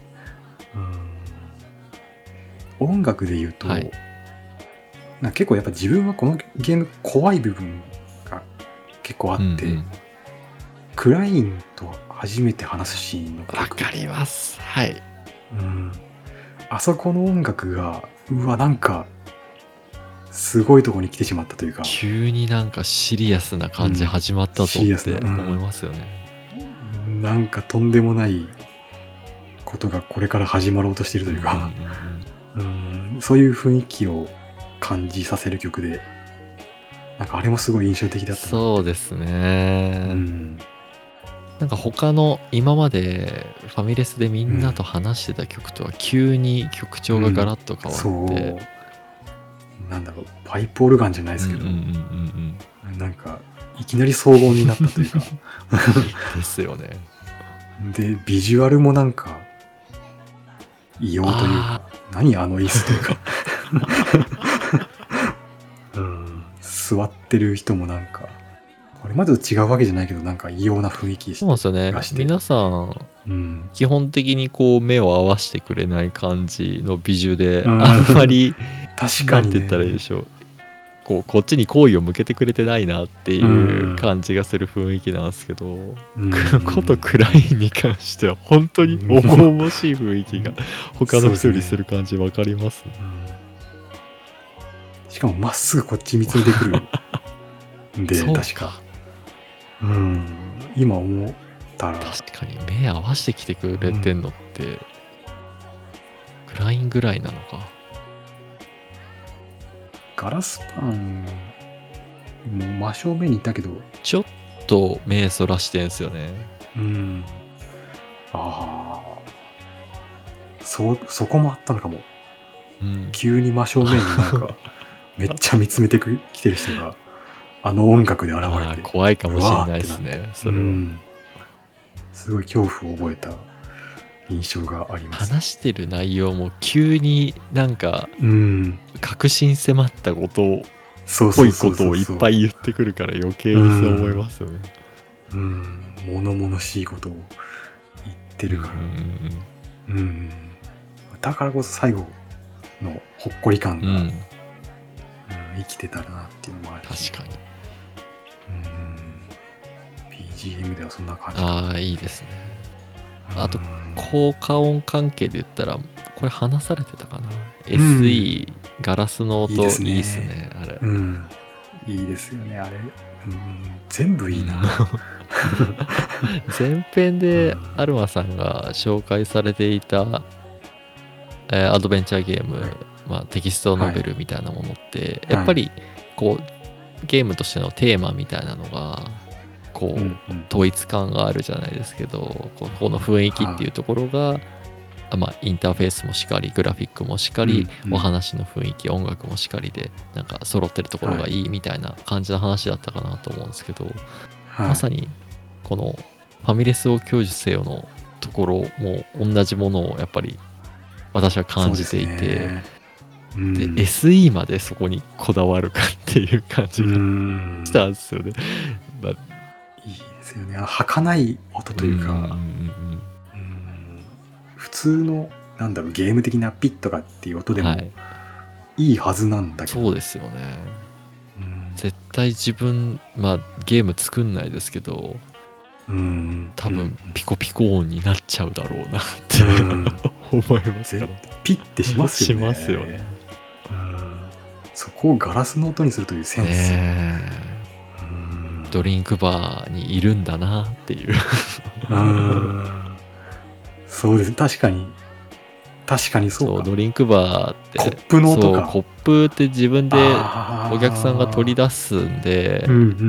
うん音楽で言うと、 はいなんか結構やっぱ自分はこのゲーム怖い部分が結構あって、 うんうんクラインと初めて話すシーンの曲。 わかります。はい。 うん。あそこの音楽が、うわ、なんか、すごいとこに来てしまったというか、 急になんかシリアスな感じ始まったぞシリアってスなうん思いますよね。 なんかとんでもないことがこれから始まろうとしているというか、 うんうんうんうん、そういう雰囲気を感じさせる曲で、なんかあれもすごい印象的だったな。 そうですね、 うん。 なんか他の今までファミレスでみんなと話してた曲とは急に曲調がガラッと変わって、 そう。なんだろう、パイプオルガンじゃないですけど、 うんうんうんうんなんか、いきなり荘厳になったというか、 うんですよね。 で、ビジュアルもなんか、異様というか、何あの椅子というか、うん、座ってる人もなんか、これまでと違うわけじゃないけど、なんか異様な雰囲気そうなんですよねがして。 皆さんうん、 基本的にこう目を合わせてくれない感じの美女で、 うんあんまり確かに、ね、 なんて言ったらいいでしょう、こうこっちに好意を向けてくれてないなっていう感じがする雰囲気なんですけど、 うん、 ことクラインに関しては本当に重々しい雰囲気が他の人よりする感じ分かりますね。 うんしかもまっすぐこっち見つめてくるで、 そう確か。うん。今思ったら。 確かに目合わせてきてくれてんのって、うん、グラインぐらいなのか。 ガラスパン、もう真正面にいたけど。 ちょっと目そらしてんすよね。 うん。ああ。そ、そこもあったのかも。うん、急に真正面になんか、めっちゃ見つめてきてる人が、あの音楽で現れて。 怖いかもしれないですね、それは、うん。 すごい恐怖を覚えた印象があります。 話してる内容も急になんか、うん、確信迫ったことを、ぽいことをいっぱい言ってくるから余計にそう思いますよね。 うん、うん、物々しいことを言ってるから。うん、うん、だからこそ最後のほっこり感が、うんうん、生きてたらなっていうのもあるし。 確かに。 うん、ビージーエム ではそんな感じ。 ああ、いいですね。あと、効果音関係で言ったら、これ話されてたかな、うん、エスイー、ガラスの音いいですね、いいですねあれ、 うん。いいですよね、あれ。うん、全部いいな。 前編でアルマさんが紹介されていた、えー、アドベンチャーゲーム、はい、まあ、テキストノベルみたいなものって、はい、やっぱりこうゲームとしてのテーマみたいなのがこう、うんうん、統一感があるじゃないですけど、この雰囲気っていうところが、はい、まあ、インターフェースもしっかり、グラフィックもしっかり、うんうん、お話の雰囲気、音楽もしっかりでなんか揃ってるところがいいみたいな感じの話だったかなと思うんですけど、はい、まさにこのファミレスを享受せよのところも同じものをやっぱり私は感じていて、で、うん、エスイー までそこにこだわるかっていう感じがしたんですよね。まあ、いいですよね。儚い音というか、うんうんうんうん、普通のなんだろうゲーム的なピッとかっていう音でも、はい、いいはずなんだけど。 そうですよね。うん、絶対自分、まあゲーム作んないですけど、うん、多分ピコピコ音になっちゃうだろうなって、うん、思いますから。 ピッてしますよね。 しますよね。 うん、そこをガラスの音にするというセンス。ね、 うん、ドリンクバーにいるんだなっていう。 うん、そうです。確かに。確かにそうか。 そう、ドリンクバーって。 コップの音か。 そう、コップって自分でお客さんが取り出すんで、うんうんうんうん、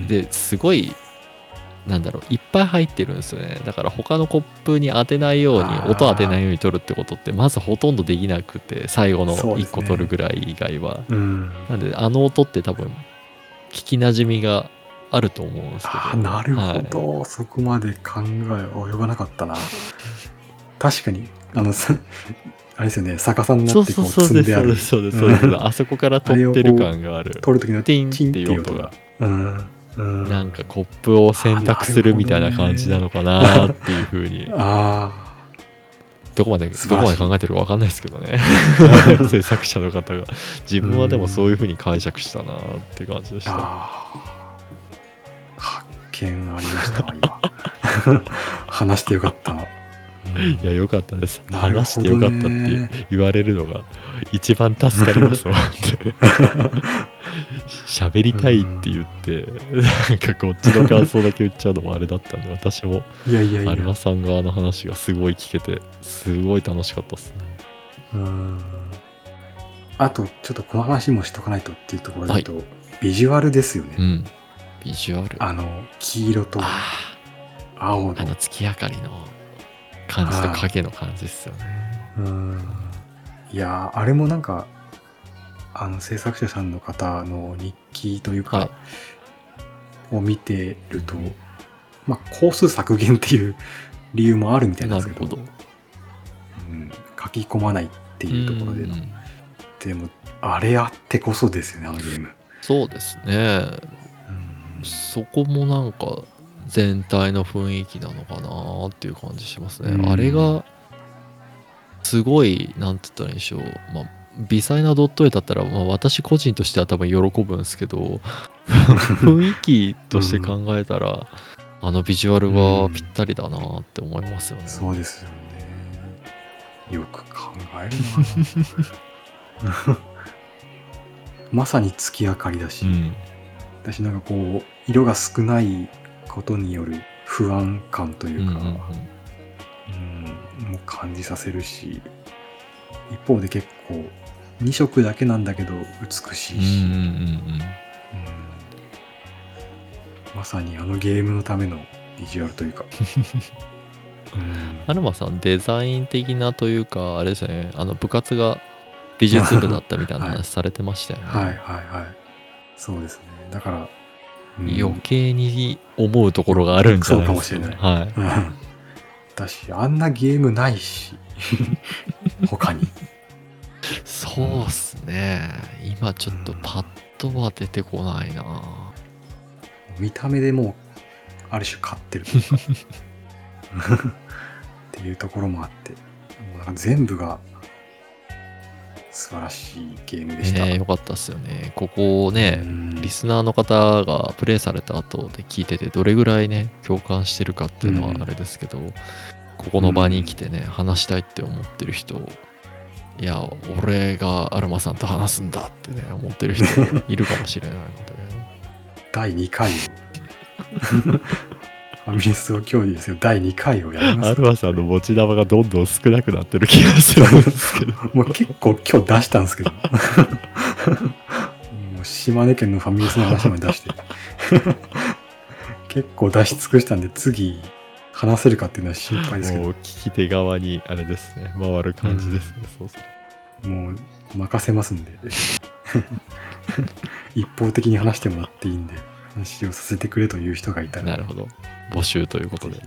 で、すごい、なんだろう、いっぱい入ってるんですよね。だから他のコップに当てないように、音当てないように取るってことってまずほとんどできなくて、最後のいっこ取るぐらい以外は、ね、うん、なんであの音って多分聞きなじみがあると思うんですけど。 あ、なるほど、はい、そこまで考え及ばなかったな。確かにあのあれですよね、逆さになってこう積んである。 そうですそうですそうです。あそこから取ってる感がある。 取る時のティンっていう音が。 うんうん、 なんかコップを選択するみたいな感じなのかなっていう風に。あどこまでどこまで考えてるか分かんないですけどね。制作者の方が。自分はでもそういう風に解釈したなって感じでした。 発見ありました今。話してよかった。 いや、よかったです。話してよかったって言われるのが一番助かりますもんって。喋りたいって言って、なんかこっちの感想だけ言っちゃうのもあれだったんで、私もアルマさん側の話がすごい聞けて、すごい楽しかったですね。 うん。あと、ちょっとこの話もしとかないとっていうところだと、はい、ビジュアルですよね。 うん。ビジュアル。 あの、黄色と青の。 あの月明かりの感じと影の感じですよね。 うん。いやー、あれもなんか、あの制作者さんの方の日記というか、はい、を見てると、まあ、工数削減っていう理由もあるみたいなんですけど、なるほど、うん、書き込まないっていうところでの、でもあれあってこそですよね、あのゲーム。 そうですね、うん、そこもなんか全体の雰囲気なのかなっていう感じしますね、うん、あれがすごいなんて言ったらいいんでしょう、まあ微細なドット絵だったら、まあ、私個人としては多分喜ぶんですけど雰囲気として考えたら、うん、あのビジュアルはぴったりだなって思いますよね、うん、 そうですよね、よく考えるなまさに月明かりだし、うん、 私なんかこう色が少ないことによる不安感というか、うん、うん、もう感じさせるし、一方で結構に色だけなんだけど美しいし、うんうんうんうん、まさにあのゲームのためのビジュアルというかうん、アルマさんデザイン的なというかあれですね、あの部活が美術部だったみたいな話されてましたよね。 はい、はいはいはいそうですね。だから、 うん、余計に思うところがあるんじゃないですか。 そうかもしれない。はい。私あんなゲームないし他に。 そうっすね。今ちょっとパッとは出てこないな。 うん、見た目でもうある種買ってるというかっていうところもあって、もうなんか全部が素晴らしいゲームでした。 ね、よかったっすよね。ここをね、リスナーの方がプレイされた後で聞いててどれぐらいね共感してるかっていうのはあれですけど、ここの場に来てね話したいって思ってる人、いや俺がアルマさんと話すんだってね思ってる人いるかもしれないのでだいにかいファミレスを競技ですよだいにかいをやります。 アルマさんの持ち玉がどんどん少なくなってる気がするんですけどもう結構今日出したんですけどもう島根県のファミレスの話まで出して結構出し尽くしたんで次話せるかっていうのは心配ですけど、もう聞き手側にあれですね回る感じですね、うん、そうそうもう任せますんで一方的に話してもらっていいんで話をさせてくれという人がいたら、 なるほど募集ということで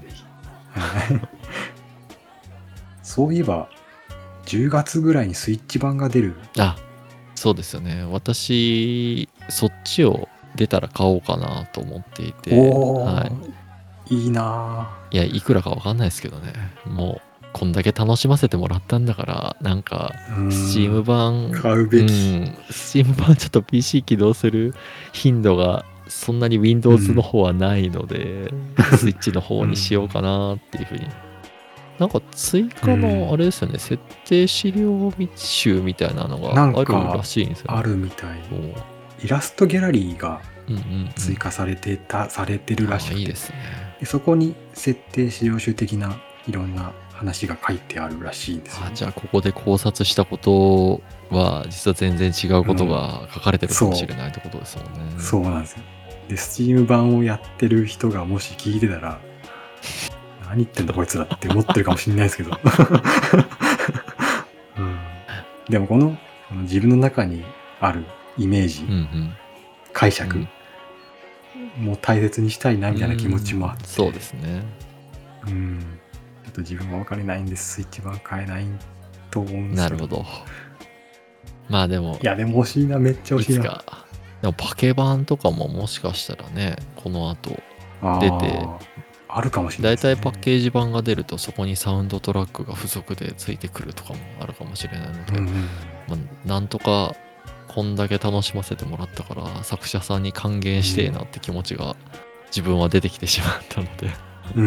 そういえばじゅうがつぐらいにスイッチ版が出る。 あ、そうですよね。私そっちを出たら買おうかなと思っていて、 はい、いいな。 いやいくらかわかんないですけどね、もうこんだけ楽しませてもらったんだからなんかスチーム版買うべき、うん、 スチーム版ちょっと ピーシー 起動する頻度がそんなに Windows の方はないので、うん、スイッチの方にしようかなっていうふうに、うん、なんか追加のあれですよね、うん、設定資料集みたいなのがあるらしいんですよね。 あるみたい。イラストギャラリーが追加されてた、うんうんうん、されてるらしくて、 いいですね。 でそこに設定資料集的ないろんな話が書いてあるらしいんですよ、ね。 あ、じゃあここで考察したことは実は全然違うことが書かれてるかもしれないってことですもんね。 うん、そう、そうなんですよ。で、Steam 版をやってる人がもし聞いてたら何言ってんだこいつらって思ってるかもしれないですけど、うん、でもこの自分の中にあるイメージ、うんうん、解釈、うん、もう大切にしたいなみたいな気持ちもあって、 そうですね。 うん、ちょっと自分は分かれないんです。スイッチ版買えないと思うんですけど。 なるほど。まあでもいやでも欲しいな、めっちゃ欲しいな。 いつかでもパケ版とかももしかしたらねこの後出てあるかもしれないですね。 だいたいパッケージ版が出るとそこにサウンドトラックが付属でついてくるとかもあるかもしれないので、うんうん、まあ、なんとかこんだけ楽しませてもらったから作者さんに還元してえなって気持ちが自分は出てきてしまったので、 うん、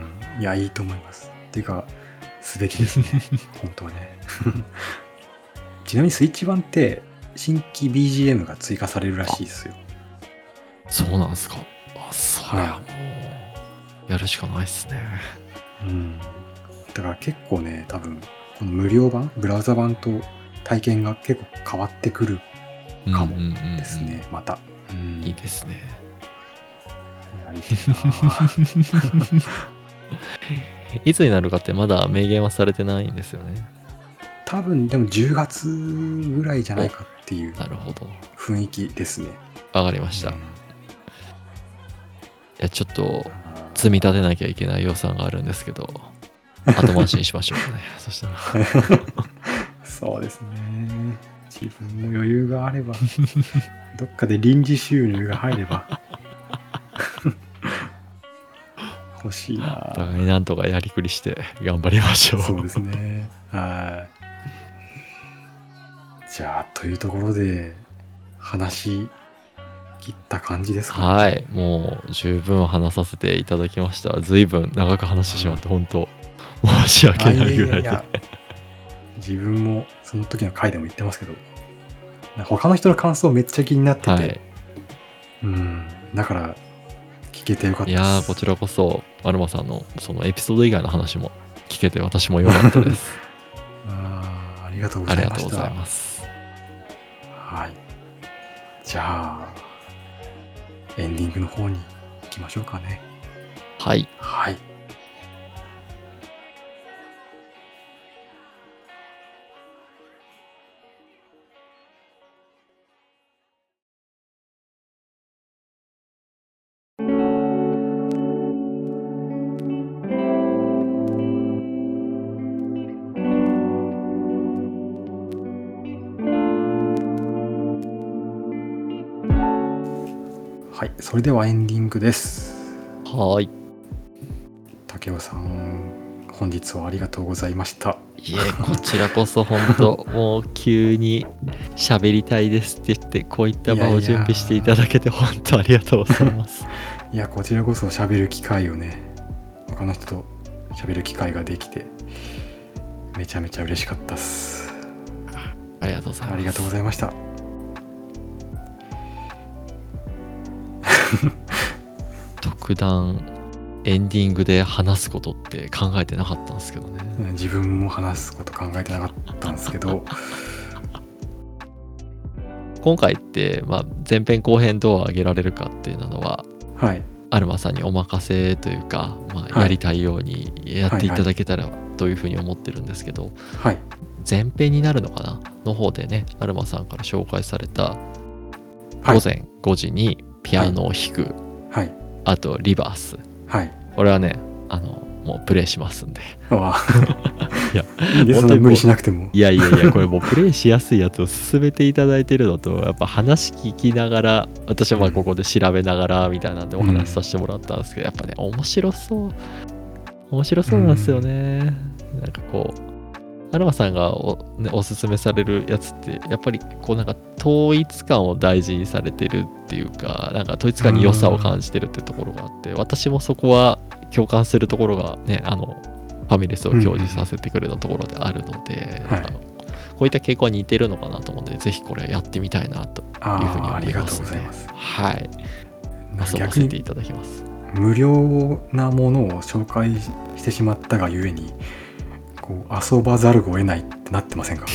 いやいいと思います。っていうかすべきですね本当はねちなみにスイッチ版って新規 ビージーエム が追加されるらしいですよ。 そうなんですか。あ、それはもうやるしかないっすね。 うん。だから結構ね、多分この無料版、ブラウザ版と体験が結構変わってくるかもですね。うんうんうんうん、また、 うん。いいですね。 やりたいな。 いつになるかってまだ明言はされてないんですよね。 多分でもじゅうがつぐらいじゃないかっていうなるほど雰囲気ですね。 わかりました、うん、いやちょっと積み立てなきゃいけない予算があるんですけど後回しにしましょうかねそしたらそうですね、自分も余裕があればどっかで臨時収入が入れば欲しいな。 お互いなんとかやりくりして頑張りましょう。 そうですね。はい。じゃあというところで話切った感じですかね。 はい、もう十分話させていただきました。随分長く話してしまって本当申し訳ないぐらいで。いやいやいや自分もその時の回でも言ってますけど、他の人の感想めっちゃ気になってて、はい、 うん、だから聞けてよかったです。 いやーこちらこそアルマさんのそのエピソード以外の話も聞けて私も良かったです。 あーありがとうごあざいました。 りがとうございます。 はい。じゃあエンディングの方に行きましょうかね。 はい。 はい。はい、それではエンディングです。 はーい。 竹雄さん、本日はありがとうございました。 いえ、こちらこそ本当もう急に喋りたいですって言ってこういった場を準備していただけて本当ありがとうございます。 いや、こちらこそ喋る機会をね、他の人と喋る機会ができてめちゃめちゃ嬉しかったっす。 ありがとうございます。 ありがとうございました。 特段エンディングで話すことって考えてなかったんですけどね。 自分も話すこと考えてなかったんですけど今回って、まあ、前編後編どう上げられるかっていうのは、 はい、 アルマさんにお任せというか、まあ、 はいやりたいようにやっていただけたらというふうに思ってるんですけど、 はい、 前編になるのかなの方でね、アルマさんから紹介されたはい午前ごじにピアノを弾く、 はい、 あとリバース、 はい、 これはね、あのもうプレイしますんで。 あいや、 いいです、そんな無理しなくても。 いやいやいや、これもうプレイしやすいやつを進めていただいてるのと、やっぱ話聞きながら、私はまあここで調べながらみたいなんでお話しさせてもらったんですけど、やっぱね、面白そう。面白そうなんですよね。なんかこう、アルマさんが お,、ね、おすすめされるやつって、やっぱりこうなんか統一感を大事にされてるっていうか、なんか統一感に良さを感じてるってところがあって、私もそこは共感するところがね、あの、ファミレスを表示させてくれたところであるので、 はい、 こういった傾向は似てるのかなと思うので、ぜひこれやってみたいなというふうに思いますので、はい、遊ばせていただきます。 無料なものを紹介してしまったがゆえに、こう遊ばざるを得ないってなってませんか？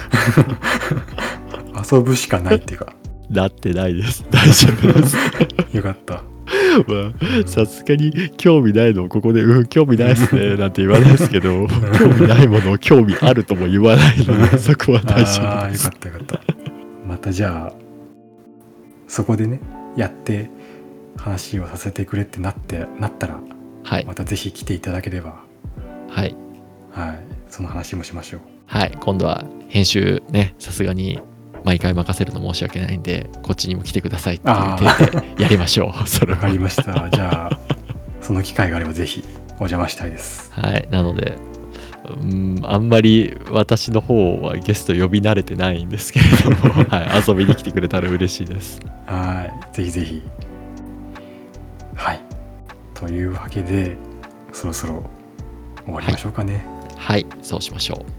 遊ぶしかないっていうか。 なってないです。大丈夫です。 よかった。 まあ、さすがに興味ないのをここで、うん、興味ないっすねなんて言わないですけど、興味ないものを興味あるとも言わないので、そこは大丈夫です。 ああ、よかったよかった。またじゃあ、そこでね、やって話をさせてくれってなって、なったら、 はい、 またぜひ来ていただければ、 はい。 はい、その話もしましょう。 はい、今度は編集ね、さすがに毎回任せるの申し訳ないんで、こっちにも来てくださいっていう手でやりましょう。それわかりました。じゃあ、その機会があればぜひお邪魔したいです。 はい、なので、うん、あんまり私の方はゲスト呼び慣れてないんですけれども、はい、遊びに来てくれたら嬉しいです。 はい、ぜひぜひ。はい、というわけで、そろそろ終わりましょうかね。 はい、はい、そうしましょう。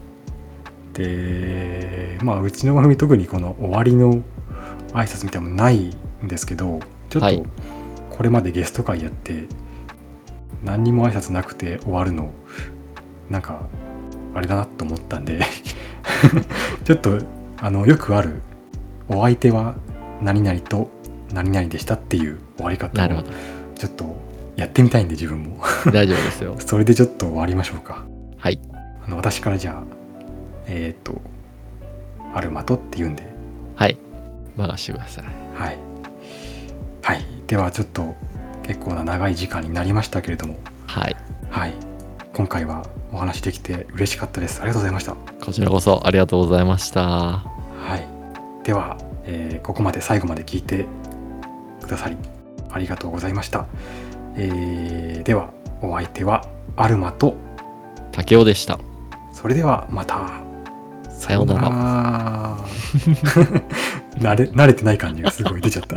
で、まあうちの番組特にこの終わりの挨拶みたいなのもないんですけど、ちょっとこれまでゲスト会やって何にも挨拶なくて終わるのなんかあれだなと思ったんでちょっとあのよくあるお相手は何々と何々でしたっていう終わり方をちょっとやってみたいんで、自分も大丈夫ですよ。 それでちょっと終わりましょうか。 はい、 あの私からじゃあえっとアルマトって言うんで、 はい、任してください。 はい、はい、ではちょっと結構な長い時間になりましたけれども、 はい、 はい、今回はお話できて嬉しかったです。ありがとうございました。 こちらこそありがとうございました。 はい、では、えー、ここまで最後まで聞いてくださりありがとうございました。えー、ではお相手はアルマと竹雄でした。 それではまた。 さようなら。 慣れ、慣れてない感じがすごい出ちゃった。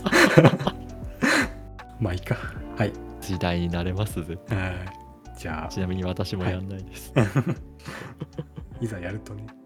まあいいか。はい。 時代になれますぜ。 はい。じゃあ。 ちなみに私もやんないです。 はい、いざやるとね。